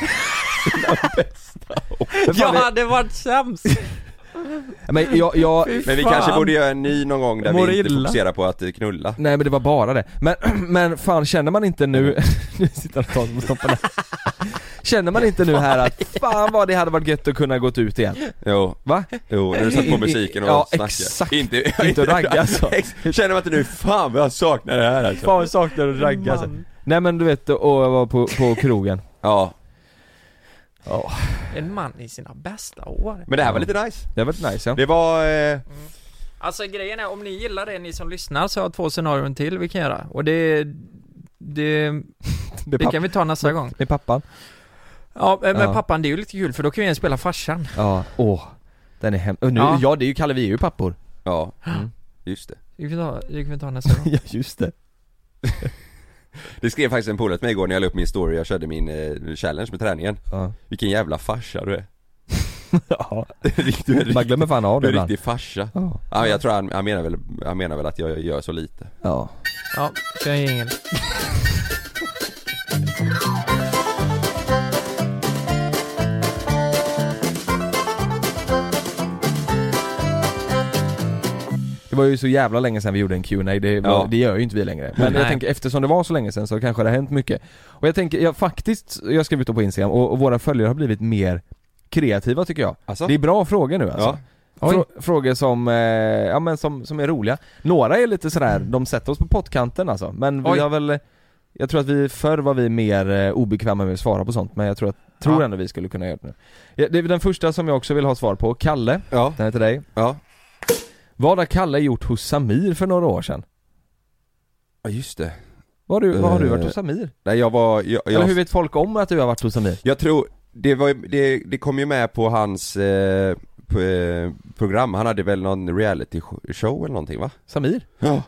Men fan, Jag det- hade varit sämst. Men jag, jag, Fy Men vi fan. kanske borde göra en ny någon gång där Mår vi inte illa. fokuserar på att eh, knulla. nej men det var bara det. Men, men fan, känner man inte nu... Nu sitter han och tar med stopparna. Känner man inte nu här att fan vad det hade varit gött att kunna gått ut igen? Jo, Va? jo, när du satt på musiken och Ja, snackade. exakt. Inte, Inte att ragga, alltså. Känner man inte nu, fan vad jag saknar det här alltså. Fan vad saknar att ragga alltså. Nej men du vet, och jag var på, på krogen. Ja, Ja, En man i sina bästa år. men det här var lite nice. det har varit nice ja. Det var, eh, Alltså grejen är, om ni gillar det, ni som lyssnar, så har jag två scenarion till vi kan göra. Och det det, Med, det papp, kan vi ta nästa gång. med pappan. Ja, men Ja. pappan, det är ju lite kul för då kan vi spela farsan. Ja, åh. Den är hem. Och nu, Ja. ja. det är ju Kalle, vi är ju pappor. ja, Mm. just det. Det kan vi ta, det kan vi ta nästa gång. Ja, just det. Det skrev faktiskt en polare till mig igår när jag la upp min story. Jag körde min eh, challenge med träningen. Ja. Vilken jävla farsa du är. Ja. Du är Man glömmer fan av Du det är ibland. riktig farsa. Ja. Ja, men jag tror han, han menar väl, han menar väl att jag gör så lite. Ja. Ja, kör ingen. Det var ju så jävla länge sedan vi gjorde en Q and A, det, var, Ja. det gör ju inte vi längre. Men Nej. jag tänker, eftersom det var så länge sedan så kanske det har hänt mycket. Och jag tänker, jag faktiskt, jag skrev ut på Instagram och, och våra följare har blivit mer kreativa tycker jag. Alltså? Det är bra frågor nu alltså. Ja. Frå- frågor som, eh, ja men som, som är roliga. Några är lite sådär, de sätter oss på pottkanten alltså. Men vi Oj. har väl, jag tror att vi förr var vi mer eh, obekväma med att svara på sånt. Men jag tror, att, tror Ja. ändå vi skulle kunna göra det nu. Ja, det är den första som jag också vill ha svar på. Kalle, Ja, den är till dig. ja. Vad har Kalle gjort hos Samir för några år sedan? Ja, just det. Vad har du, vad har du varit Eh, hos Samir? Nej, jag var, jag, jag, Eller hur vet folk om att du har varit hos Samir? jag tror, det var det, det kom ju med på hans eh, på, eh, program. Han hade väl någon reality show eller någonting va? Samir? Ja.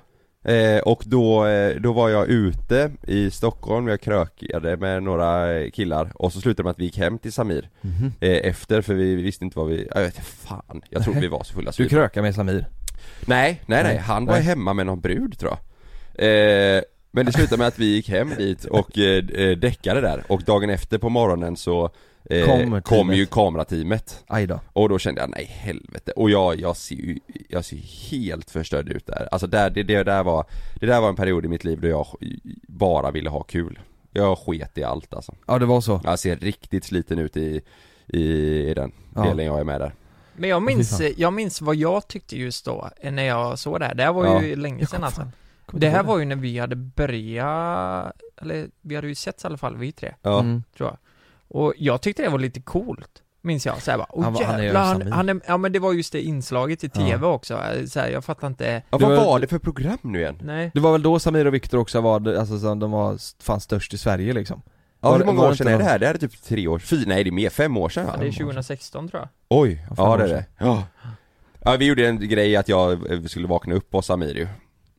Eh, och då, eh, då var jag ute i Stockholm, jag krökade med några killar. Och så slutade det med att vi gick hem till Samir Mhm. eh, efter, för vi visste inte vad vi, jag vet inte fan, jag tror vi var så fulla. Du krökade med Samir? Nej, nej, nej, Nej. han var Nej. hemma med någon brud tror jag. eh, Men det slutade med att vi gick hem dit och eh, däckade där. Och dagen efter på morgonen så eh, Kom kom, teamet. ju kamerateamet. Aj då. Och då kände jag, nej helvete. Och jag, jag ser ju, jag ser helt förstörd ut där. Alltså där, det, det, där var, det där var en period i mitt liv då jag bara ville ha kul. Jag sket i allt alltså. Ja, det var så. Jag ser riktigt sliten ut i, i, i den Ja. delen jag är med där. Men jag minns, Fy fan. jag minns vad jag tyckte just då, när jag såg det här. Det här var Ja. ju länge sedan alltså. Kommer Det inte här ihåg var ju när vi hade börjat, eller vi hade ju sett i alla fall vi tre, Ja. Mm. tror jag. Och jag tyckte det var lite coolt, minns jag. Så här bara, åh Han var- han är ju jävlar, han, Samir. han är, ja men det var just det inslaget i tv också. Så här, jag fattar inte. Ja, Det vad var- var det för program nu igen? Nej. Det var väl då Samir och Viktor också var, alltså så de var fan störst i Sverige liksom. Ja, Var hur det- många var år det sedan inte är det någon- här? Det här är typ tre år, fyra, nej det är mer, fem år sedan Ja, va? det är tjugohundrasexton tror jag. Oj, Ja, fem ja år det är sedan. det. Ja. Ja, vi gjorde en grej att jag eh, skulle vakna upp hos Samir ju.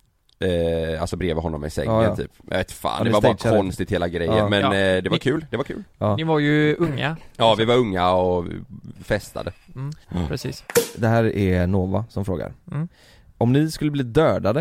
Eh, alltså bredvid honom i sängen Ja, ja. typ. Jag vet fan, Ja, det ni var bara stageade. konstigt hela grejen. Ja. Men Ja. eh, det var Ni- kul, det var kul. Ja. Ni var ju unga. Ja, vi var unga och festade. Mm, Ja. precis. Det här är Nova som frågar. Mm. Om ni skulle bli dödade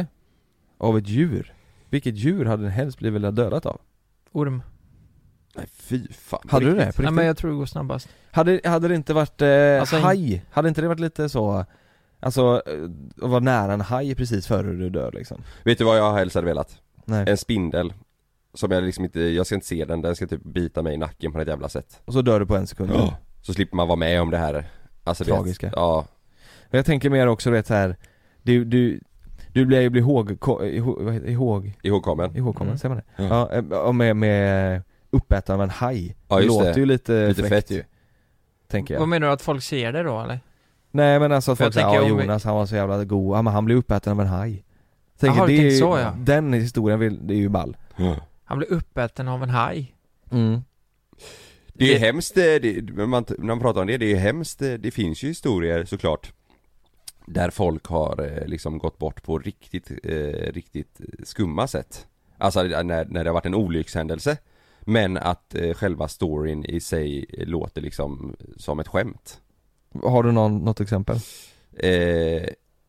av ett djur, vilket djur hade ni helst blivit dödat av? Orm. Nej fy fan. Hade du det? På Nej riktigt? men jag tror det går snabbast. Hade, hade det inte varit eh, Alltså en- haj? Hade inte det varit lite så, alltså eh, att vara nära en haj precis före du dör liksom? Vet du vad jag helst hade velat? Nej. En spindel. Som jag liksom inte, jag ska inte se den, den ska typ bita mig i nacken på ett jävla sätt. Och så dör du på en sekund. Ja. Så slipper man vara med om det här. Alltså det- Tragiska. Ja. Men jag tänker mer också, du vet så här, du, du, du blir ju bli ihåg, ko- ihåg, vad heter- ihåg, Ihågkommen. ihågkommen, Mm. säger man det? Ja. Ja, eh, och med, med uppätaren av en haj. Ja, det just låter det. ju lite, Lite fräckt fett. ju. Tänker jag. Vad menar du, att folk ser det då eller? Nej men alltså att För folk jag säger, ja tänker om vi- Jonas han var så jävla god, ja men han blev uppäten av en haj. Tänker, Jaha, du det är tänker ju, så, ja. den historien vill, det är ju ball. Ja. Han blir uppäten av en haj. Mm. Det är ju Det- hemskt, det, när, man, när man pratar om det, det är ju hemskt, det finns ju historier såklart där folk har eh, liksom gått bort på riktigt, eh, riktigt skumma sätt. Alltså när, när det har varit en olyckshändelse. Men att eh, själva storyn i sig låter liksom som ett skämt. Har du någon, något exempel? Eh,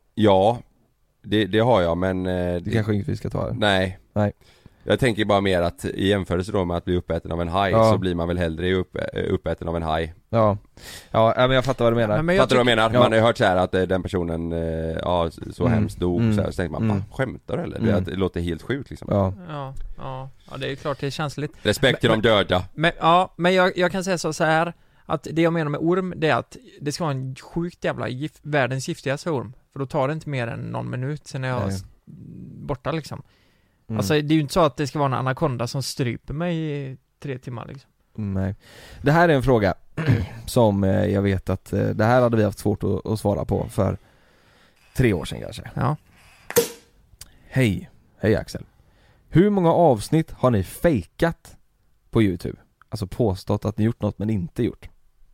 ja, det, det har jag men eh, Det kanske inget vi ska ta. Nej. Nej. Jag tänker bara mer att i jämförelse då med att bli uppäten av en haj Ja. så blir man väl hellre upp, uppäten av en haj. Ja, ja men jag fattar vad du menar. Men, men jag Fattar du vad jag menar? Ja. Man har ju hört så här att eh, den personen, eh, ja så Mm. hemskt dog Mm. så, här, så tänker man, Mm. mm. skämtar du eller? Mm. Det, att det låter helt sjukt liksom. Ja. Ja, ja, ja det är ju klart det är känsligt. Respekt till Men- de döda. Men ja, men jag, jag kan säga så, så här att det jag menar med orm, det är att det ska vara en sjukt jävla gift, världens giftigaste orm. För då tar det inte mer än någon minut sen är jag Nej. s- borta liksom. Mm. Alltså det är ju inte så att det ska vara en anakonda som stryper mig i tre timmar liksom. Nej. Det här är en fråga som eh, jag vet att eh, det här hade vi haft svårt att, att svara på för tre år sedan kanske. Ja. Hej, hej Axel. Hur många avsnitt har ni fejkat på YouTube? Alltså påstått att ni gjort något men inte gjort.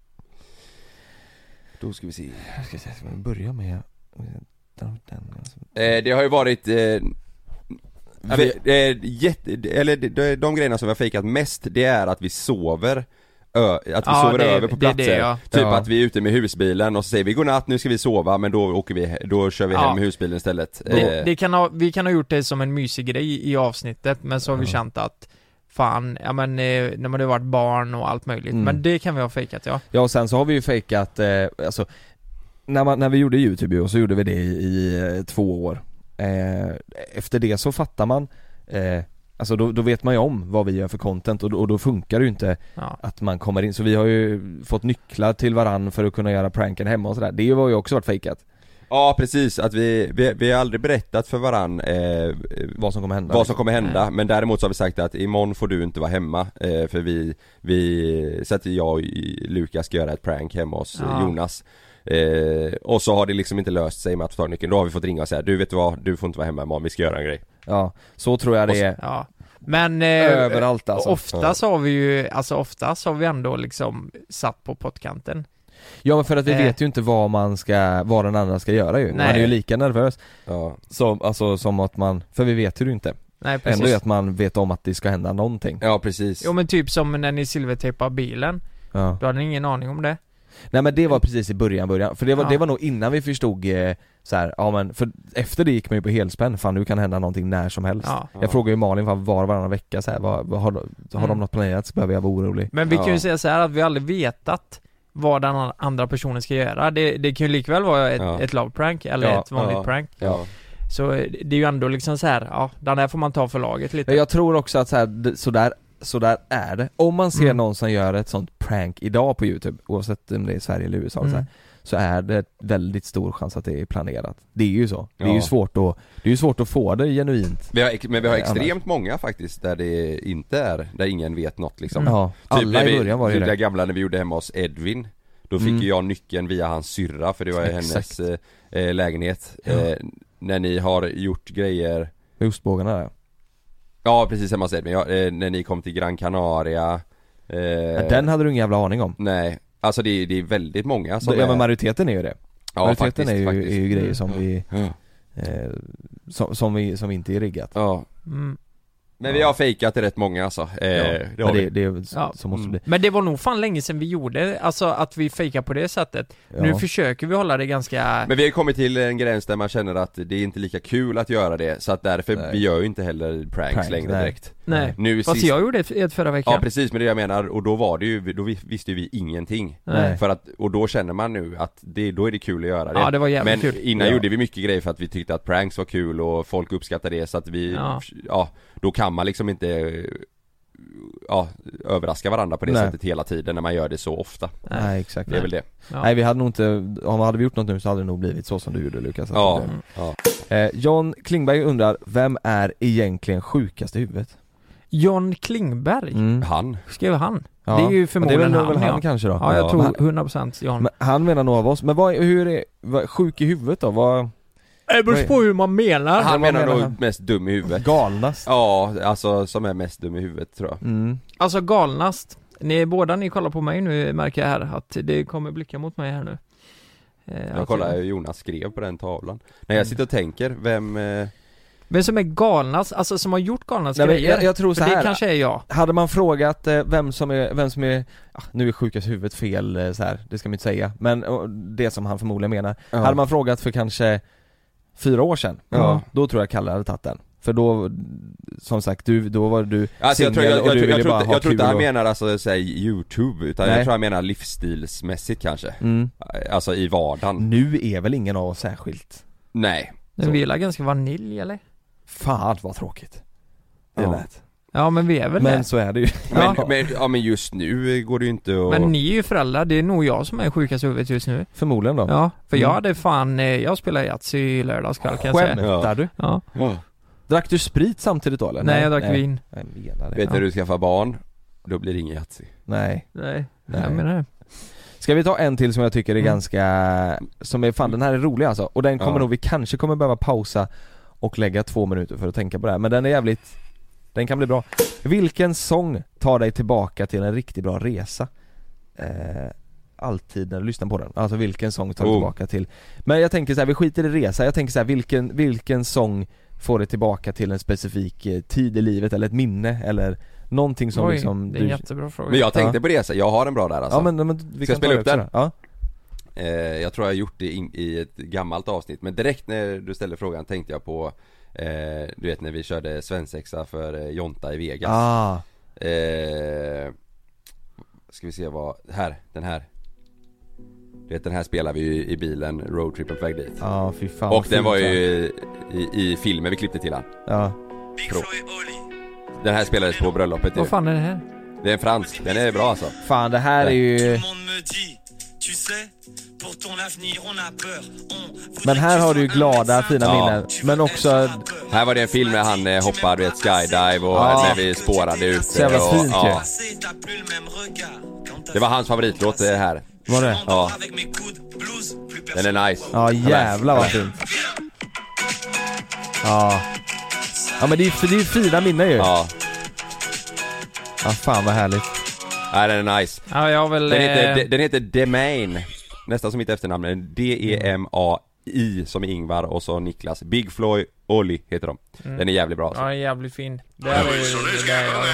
Då ska vi se. Jag ska, se, ska vi börja med den, den, alltså. Eh, det har ju varit eh, Ja, vi- ve- eh, jätte, eller de, de, de grejerna som vi har fejkat mest, det är att vi sover Ö, att vi Ja, sover det är- över på det är platser. det, ja. Typ Ja. att vi är ute med husbilen och så säger vi godnatt, nu ska vi sova, men då åker vi, då kör vi Ja. hem med husbilen istället. Det, Eh, det kan ha, vi kan ha gjort det som en mysig grej i avsnittet, men så har vi Ja. känt att fan, ja men eh, när man har varit barn och allt möjligt, Mm. men det kan vi ha fejkat, ja. Ja, och sen så har vi ju fejkat, eh, alltså när, man, när vi gjorde YouTube ju, så gjorde vi det i, i eh, två år. Eh, efter det så fattar man, eh, alltså då, då vet man ju om vad vi gör för content och, då- och då funkar det ju inte Ja. att man kommer in. Så vi har ju fått nycklar till varann för att kunna göra pranken hemma och sådär. Det har ju också varit fejkat. Ja precis, att vi, vi, vi har aldrig berättat för varann eh, Vad som kommer hända. vad som kommer Mm. hända, men däremot så har vi sagt att imorgon får du inte vara hemma eh, för vi, vi, så att jag och Lukas ska göra ett prank hemma hos Ja. Jonas. Eh, och så har det liksom inte löst sig med att få ta nyckeln, då har vi fått ringa och säga du vet vad, du får inte vara hemma imorgon, vi ska göra en grej. Ja, så tror jag det är Ja. Men eh, överallt alltså. ofta så har vi ju, alltså ofta så har vi ändå liksom satt på pottkanten. Ja, men för att vi Eh. vet ju inte vad man ska, vad den andra ska göra ju. Nej. Man är ju lika nervös. Ja. Som, alltså, som att man, för vi vet ju inte. Nej, precis. Ändå är att man vet om att det ska hända någonting. Ja, precis. Jo men typ som när ni silvertejpar bilen. Ja. Du hade ingen aning om det. Nej, men det var precis i början, början. För det var, Ja. det var nog innan vi förstod eh, så här, ja men, för efter det gick man ju på helspänn. Fan, nu kan hända någonting när som helst. Ja. Jag frågar ju Malin var, var varannan vecka så här, vad, vad, har, har Mm. de något planerat så behöver jag vara orolig. Men vi kan ju Ja. säga så här att vi aldrig vetat vad den andra personen ska göra. Det, det kan ju likväl vara ett, Ja. ett love prank eller Ja, ett vanligt ja, prank. ja. Så det är ju ändå liksom så här, ja, den här får man ta för laget lite. Men jag tror också att så, här, det- så, där, så där är det. Om man ser Mm. någon som gör ett sånt prank idag på YouTube, oavsett om det är Sverige eller U S A, Mm. så, här, så är det väldigt stor chans att det är planerat. Det är ju så. Det är Ja. ju svårt att, det är ju svårt att få det genuint. Vi har, men vi har Eh, extremt annars. många faktiskt där det inte är, där ingen vet något liksom. Mm. Ja, Typ alla när i vi- början var det ju typ det. det gamla när vi gjorde hemma hos Edvin. Då fick Mm. ju jag nyckeln via hans syrra för det var ju Exakt. hennes eh, lägenhet. Ja. Eh, när ni har gjort grejer. Med ostbågarna där. Ja, precis hemma hos Edvin. Ja, eh, när ni kom till Gran Canaria. Eh, Ja, den hade du ingen jävla aning om. Nej, alltså det, är- det är väldigt många som Ja, är... men majoriteten är ju det. Ja, Majoriteten faktiskt, är, ju, faktiskt. är ju grejer som Mm. vi Ja. eh, som, som vi som inte är riggat. Ja. Mm. Men vi har fejkat det rätt många alltså. Eh, Ja, det men har det, vi. det är så, Ja. så måste det bli. Men det var nog fan länge sedan vi gjorde, alltså att vi fejkar på det sättet. Ja. Nu försöker vi hålla det ganska... Men vi har kommit till en gräns där man känner att det är inte lika kul att göra det. Så att därför, Nej. vi gör ju inte heller pranks Prank, längre nej. direkt. Nej, Nu fast sist... jag gjorde ett, ett förra veckan. Ja precis, men det jag menar, och då var det ju, då vi- visste ju vi ingenting. Nej. För att, och då känner man nu att det, då är det kul att göra det. Ja, det var jävligt Men kul. innan Ja. gjorde vi mycket grejer för att vi tyckte att pranks var kul och folk uppskattade det så att vi, Ja. ja, då kan man liksom inte, ja, överraska varandra på det Nej. sättet hela tiden när man gör det så ofta. Nej, exakt. Det är väl det. Ja. Nej, vi hade nog inte, om vi hade gjort något nu så hade det nog blivit så som du gjorde, Lukas. Att Ja, det- ja. Eh, John Klingberg undrar, vem är egentligen sjukast i huvudet? John Klingberg, Mm. Han. skrev han. Ja. Det är ju Men förmodligen det är väl han, han ja. kanske då? Ja, jag Ja. tror hundra procent John. Men han menar nog av oss, men vad, hur är, vad, sjuk i huvudet då? Vad, Det beror på hur man menar. Han vad menar menar nog han? mest dum i huvudet. galnast? Ja, alltså som är mest dum i huvudet tror jag. Mm. Alltså galnast. Ni, båda ni kollar på mig nu märker jag här att det kommer blicka mot mig här nu. Eh, Jag att- kollar hur Jonas skrev på den tavlan. När jag sitter och tänker, vem... Eh... Vem som är galnast, alltså som har gjort galnast Nej, men grejer. jag, jag tror För så här. det kanske är jag. Hade man frågat eh, vem som är, vem som är, ah, nu är sjukast i huvudet fel eh, så här, det ska man inte säga, men oh, det som han förmodligen menar. Ja. Hade man frågat för kanske fyra år sedan, Ja. då tror jag Kalle hade tagit den. För då, som sagt, du, då var du Alltså jag tror, singel jag, och jag, du jag, ville jag, tror bara inte, ha jag tror inte kul han och- menar alltså säg YouTube, utan Nej. jag tror han menar livsstilsmässigt kanske. Mm. Alltså i vardagen. Nu är väl ingen av oss särskilt. Nej. Men vi är ganska vanilj eller? Fan vad tråkigt. Det Ja. lät. Ja men vi är väl Men det. så är det ju. Men, Ja. men, ja men just nu går det ju inte att... Men ni är ju föräldrar, det är nog jag som är sjukast i huvudet just nu. Förmodligen då. Ja, för jag Mm. hade fan, eh, jag spelade Yatzy i lördagskväll kan jag säga. Skämtar du? Ja. Ja. Drack du sprit samtidigt då eller? Nej, jag drack vin. Jag menar det. Vet du när du skaffar barn, då blir det ingen Yatzy. Nej. Nej, Nej. jag menar det. Ska vi ta en till som jag tycker är Mm. ganska, som är fan den här är rolig alltså, och den kommer Ja. nog, vi kanske kommer behöva pausa och lägga två minuter för att tänka på det här, men den är jävligt, den kan bli bra. Vilken sång tar dig tillbaka till en riktigt bra resa? Eh, alltid när du lyssnar på den, alltså vilken sång tar dig Oh. tillbaka till, men jag tänker så här, vi skiter i resa, jag tänker så här, vilken, vilken sång får dig tillbaka till en specifik eh, tid i livet eller ett minne eller någonting som Oj, liksom det är en jättebra fråga. Men jag tänkte Ja. på det, så jag har en bra där alltså. Ja men, men vi Ska kan jag spela ta upp det den? också då. Ja. Eh, jag tror jag har gjort det in, i ett gammalt avsnitt, men direkt när du ställde frågan tänkte jag på eh, du vet när vi körde svensexa för eh, Jonta i Vegas. Ah. Eh, ska vi se vad, här, den här. Du vet den här spelar vi ju i bilen, roadtrippen på väg dit. Ja, ah, fy fan. Och den fint, var va? ju i, i filmen vi klippte till han. Ja. Pro. Den här spelades på bröllopet ju. Vad fan är det här? Det är en fransk, den är bra alltså. Fan det här är ju... Men här har du ju glada, fina Ja. minnen. Men också... Här var det en film när han eh, hoppar, du vet, skydive och Ja. när vi spårade ut. Så jävla och, fint ja. Det var hans favoritlåt det här. Var det? Ja. Den är nice. Ja jävlar vad fint. Ja. Ja men det är ju det är ju fina minnen ju. Ja. Ja fan vad härligt. Ja, den är nice. Ja, jag har väl... Den heter, eh, de, den heter The Main. nästan som mitt efternamn, men D E M A I som är Ingvar och så Niklas. Big Floy Olli heter de. Mm. Den är jävligt bra alltså. Ja, jävligt fin. Det är det där jag...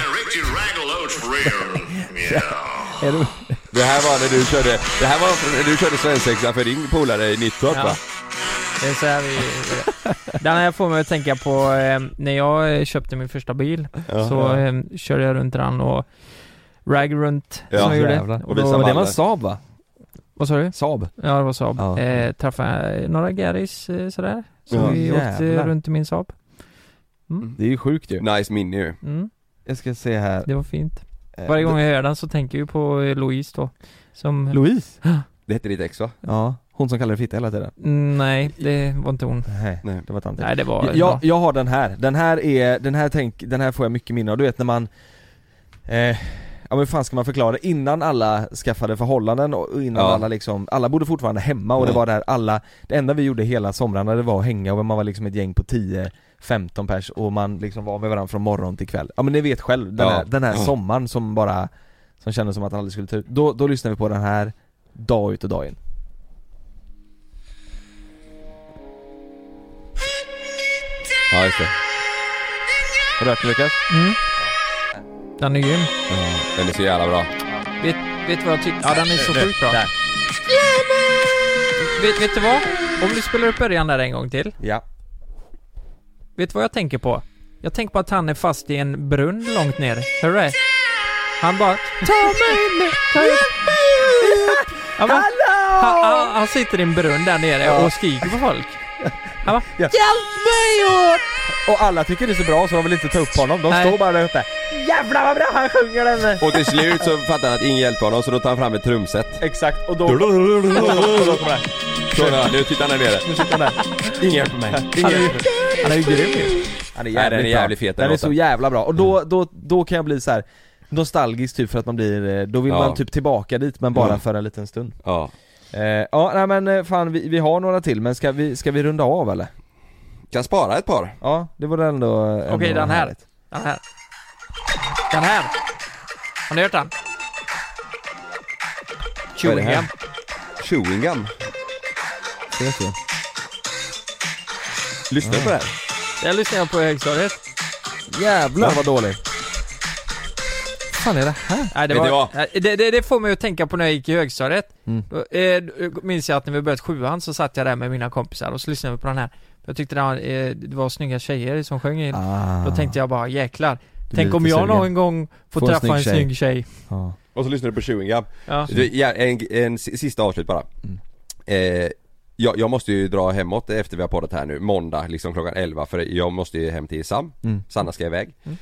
Är du? Det här var när du körde, det här var när du körde svensexa för din polare i Nittorp, Ja. va? Det är så här vi... Den här får mig att tänka på eh, när jag köpte min första bil. Ja. Så eh, körde jag runt den och rag runt Ja, som jag gjorde. Jävlar. Och då, Men det var en Saab, va? Vad sa du? Saab. Ja, det var Saab. Ja. Eh, träffade några gäris eh, sådär. Så Ja, vi åkte jävlar. runt i min Saab. Mm. Det är ju sjukt ju. Nice mini ju. Mm. Jag ska se här. Det var fint. Eh, Varje gång det- jag hör den så tänker jag på eh, Louise då. Som... Louise? Det heter ditt ex, va? Ja, hon som kallar det fitta hela tiden. Mm, nej, det var inte hon. Nej, Nej. det var tanten. Nej, det var... Jag, jag, jag har den här. Den här är, den här tänk, den här får jag mycket minne av. Du vet när man eh, ja men hur fan ska man förklara det? Innan alla skaffade förhållanden och innan Ja. alla liksom, alla bodde fortfarande hemma och det Ja. var där alla, det enda vi gjorde hela somrarna det var att hänga och man var liksom ett gäng på tio femton pers och man liksom var med varandra från morgon till kväll. Ja men ni vet själv, den Ja. här, den här Ja. sommaren som bara, som kändes som att han aldrig skulle ta ut. Då, då lyssnar vi på den här dag ut och dag in. Ja, just det. Har du hört det, Lukas? Mm. Den är grym. Ja, den är så jävla bra. Vet, vet du vad jag tycker? Ja, den är så Där, sjukt bra. där. Vet, vet du vad? Om du spelar upp början där en gång till. Ja. Vet du vad jag tänker på? Jag tänker på att han är fast i en brunn långt ner. Hör du det? Han bara... Ta mig ner! Ta mig upp! Han, bara, han, han, han sitter i en brunn där nere Ja. och skriker på folk. Han bara... Ja. Hjälp mig åt! Och alla tycker det är så bra så de vill inte ta upp honom. De Nej. står bara där uppe. Jävlar vad bra han sjunger den. Och till slut så fattar han att ingen hjälper honom så då tar han fram ett trumset. Exakt, och då... och då kommer det. Så ja, nu tittar han där nere. Nu sitter han där. Ingen hjälper mig. Han Ingen är ju, hjälper mig. han är ju grym ju. Han är Nej, den är jävligt bra. jävligt fet, den Den är så låten. jävla bra. Och då, då, då kan jag bli så här nostalgisk typ för att man blir, då vill Ja. man typ tillbaka dit men bara Mm. för en liten stund. Ja. Eh, ja, nej men eh, fan vi, vi har några till men ska vi, ska vi runda av eller? Kan spara ett par. Ja, det var ändå, ändå Okej, den här. härligt. Den här. Den här. Har ni hört den? Vad är det Chewing här? gum. Chewing gum. Ska jag se. Lyssnar du på det här? Jag lyssnar jag på högstadiet. Jävlar vad dålig. Vad fan är det här? Nej, det, Vet var, du vad? nej, det, det, det får mig att tänka på när jag gick i högstadiet. Mm. Då, eh, då minns jag att när vi började sjuan så satt jag där med mina kompisar och så lyssnade vi på den här. Jag tyckte det var, eh, det var snygga tjejer som sjöng in. Ah. Då tänkte jag bara, jäklar. Du Tänk blir om lite jag sugen. någon gång får Få en träffa en snygg snygg tjej. Ja. Och så lyssnar du på chewing gum. Ja. Du, ja, en, en s- sista avslut bara. Mm. Eh, jag, jag måste ju dra hemåt efter vi har poddat här nu, måndag liksom klockan elva, för jag måste ju hem till Sam. Mm. Sanna ska iväg. Mm.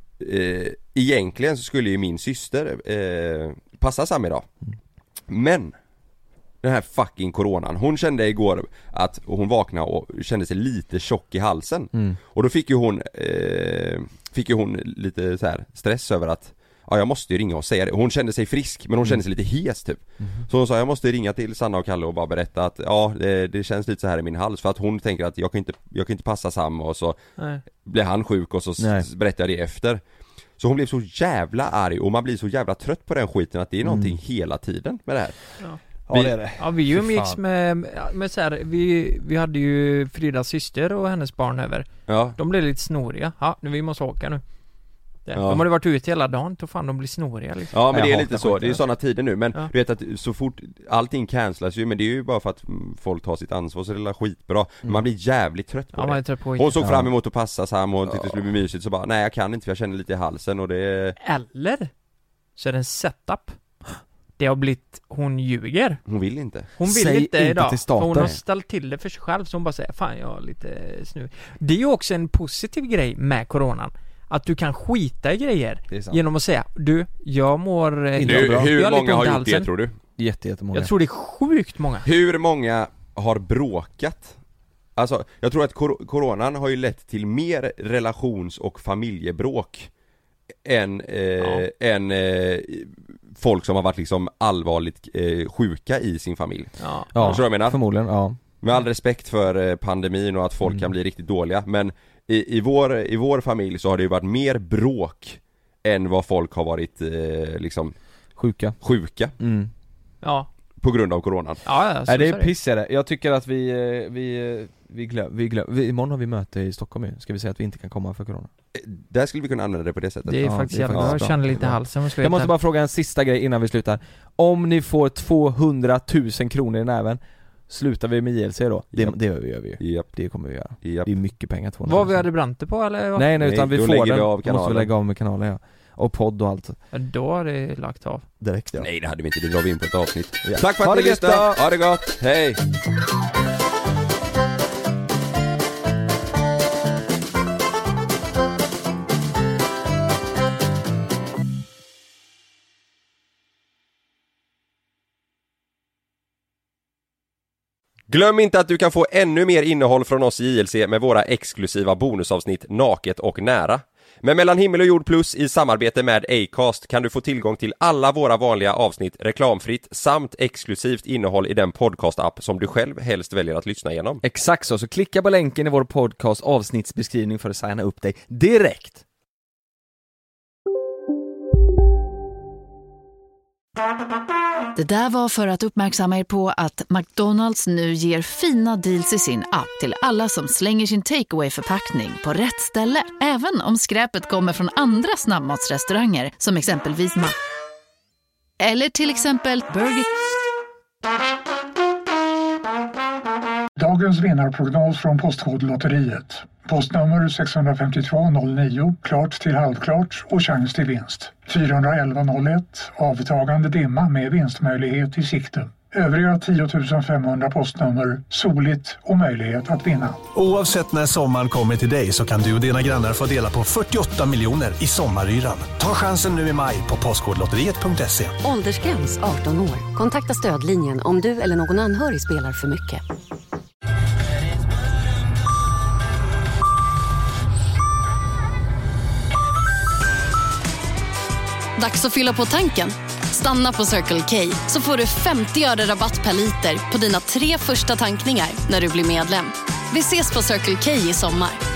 Eh, egentligen så skulle ju min syster eh, passa Sam idag. Mm. Men den här fucking coronan, hon kände igår att hon vaknade och kände sig lite tjock i halsen. Mm. Och då fick ju hon eh, fick ju hon lite så här stress över att ja, jag måste ju ringa och säga det. Hon kände sig frisk men hon kände sig lite hes typ. Mm. Så hon sa jag måste ringa till Sanna och Kalle och bara berätta att ja, det, det känns lite så här i min hals, för att hon tänker att jag kan inte jag kan inte passa Sam och så Nej. blir han sjuk och så Nej. s- berättar jag det efter. Så hon blev så jävla arg och man blir så jävla trött på den skiten att det är Mm. någonting hela tiden med det här. Ja. Ja det är det. Ja, vi Fy umgicks fan. med, med så här, vi, vi hade ju Fridas syster och hennes barn över. Ja. De blev lite snoriga. Ja, nu vi måste åka nu. Det. Ja. De hade varit ute hela dagen, då fan de blir snoriga liksom. Ja men Jag det är hatar lite så, skiten, det är ju alltså. sådana tider nu men Ja. du vet att så fort allting cancelas ju, men det är ju bara för att mm, folk tar sitt ansvar så det är la skitbra. Men man blir jävligt trött på Ja, man är det. trött på Hon såg Ja. fram emot att passa Sam och hon tyckte det skulle bli mysigt så bara nej jag kan inte för jag känner lite i halsen och det Eller så är det en setup. Det har blivit, hon ljuger. hon vill inte. Hon vill Säg inte inte idag. till För staten. hon har ställt till det för sig själv så hon bara säger fan jag har lite snu. Det är ju också en positiv grej med coronan. Att du kan skita i grejer Det är sant. genom att säga du, jag mår eh, Inte Nu, bra. hur jag har lite många ont har i gjort det halsen. tror du? Jätte, jättemånga. Jag tror det är sjukt många. Hur många har bråkat? Alltså, jag tror att kor- coronan har ju lett till mer relations- och familjebråk än, eh, Ja. än eh, folk som har varit liksom allvarligt eh, sjuka i sin familj. Ja. Ja, Förstår du vad jag menar? förmodligen, ja. Med all respekt för eh, pandemin och att folk Mm. kan bli riktigt dåliga, men i, i, vår, i vår familj så har det ju varit mer bråk än vad folk har varit eh, liksom Sjuka. sjuka. Mm. Ja. på grund av coronan. Ja, ja, Nej, det är piss är det. Jag tycker att vi, vi, vi glöm, vi glöm, vi, imorgon har vi möte i Stockholm ju. Ska vi säga att vi inte kan komma för corona? Där skulle vi kunna använda det på det sättet. Det är ja, faktiskt det är jävla bra. Jag känner lite i halsen. Jag, jag måste bara fråga en sista grej innan vi slutar. Om ni får tvåhundratusen kronor i näven, slutar vi med I L C då? Det, Japp. det gör vi, gör vi ju. Japp. Det kommer vi göra. Japp. Det är mycket pengar. Vad vi hade brant det på eller? Nej, nej, utan nej, vi får lägger den. vi av Måste vi kanalen. lägga av med kanalen, ja. Och podd och allt. Ja, då har det lagt av. Direkt, ja. Nej, det hade vi inte. Det drar vi in på ett avsnitt. Ja. Tack för Ha att ni det gött lyssnade. då. Ha det gott. Hej! Glöm inte att du kan få ännu mer innehåll från oss i J L C med våra exklusiva bonusavsnitt Naket och nära. Med Mellan himmel och jord plus i samarbete med Acast kan du få tillgång till alla våra vanliga avsnitt reklamfritt samt exklusivt innehåll i den podcast-app som du själv helst väljer att lyssna igenom. Exakt så, så klicka på länken i vår podcast avsnittsbeskrivning för att signa upp dig direkt. Det där var för att uppmärksamma er på att McDonalds nu ger fina deals i sin app till alla som slänger sin takeaway-förpackning på rätt ställe. Även om skräpet kommer från andra snabbmatsrestauranger som exempelvis Ma... Eller till exempel Burger... Dagens vinnarprognos från Postkodlotteriet. Postnummer sex fem två noll nio, klart till halvklart och chans till vinst. fyra ett ett noll ett, avtagande dimma med vinstmöjlighet i sikte. Övriga tio tusen femhundra postnummer, soligt och möjlighet att vinna. Oavsett när sommaren kommer till dig så kan du och dina grannar få dela på fyrtioåtta miljoner i sommaryran. Ta chansen nu i maj på postkodlotteriet punkt se. Åldersgräns arton år. Kontakta stödlinjen om du eller någon anhörig spelar för mycket. Dags att fylla på tanken. Stanna på Circle K så får du femtio öre rabatt per liter på dina tre första tankningar när du blir medlem. Vi ses på Circle K i sommar.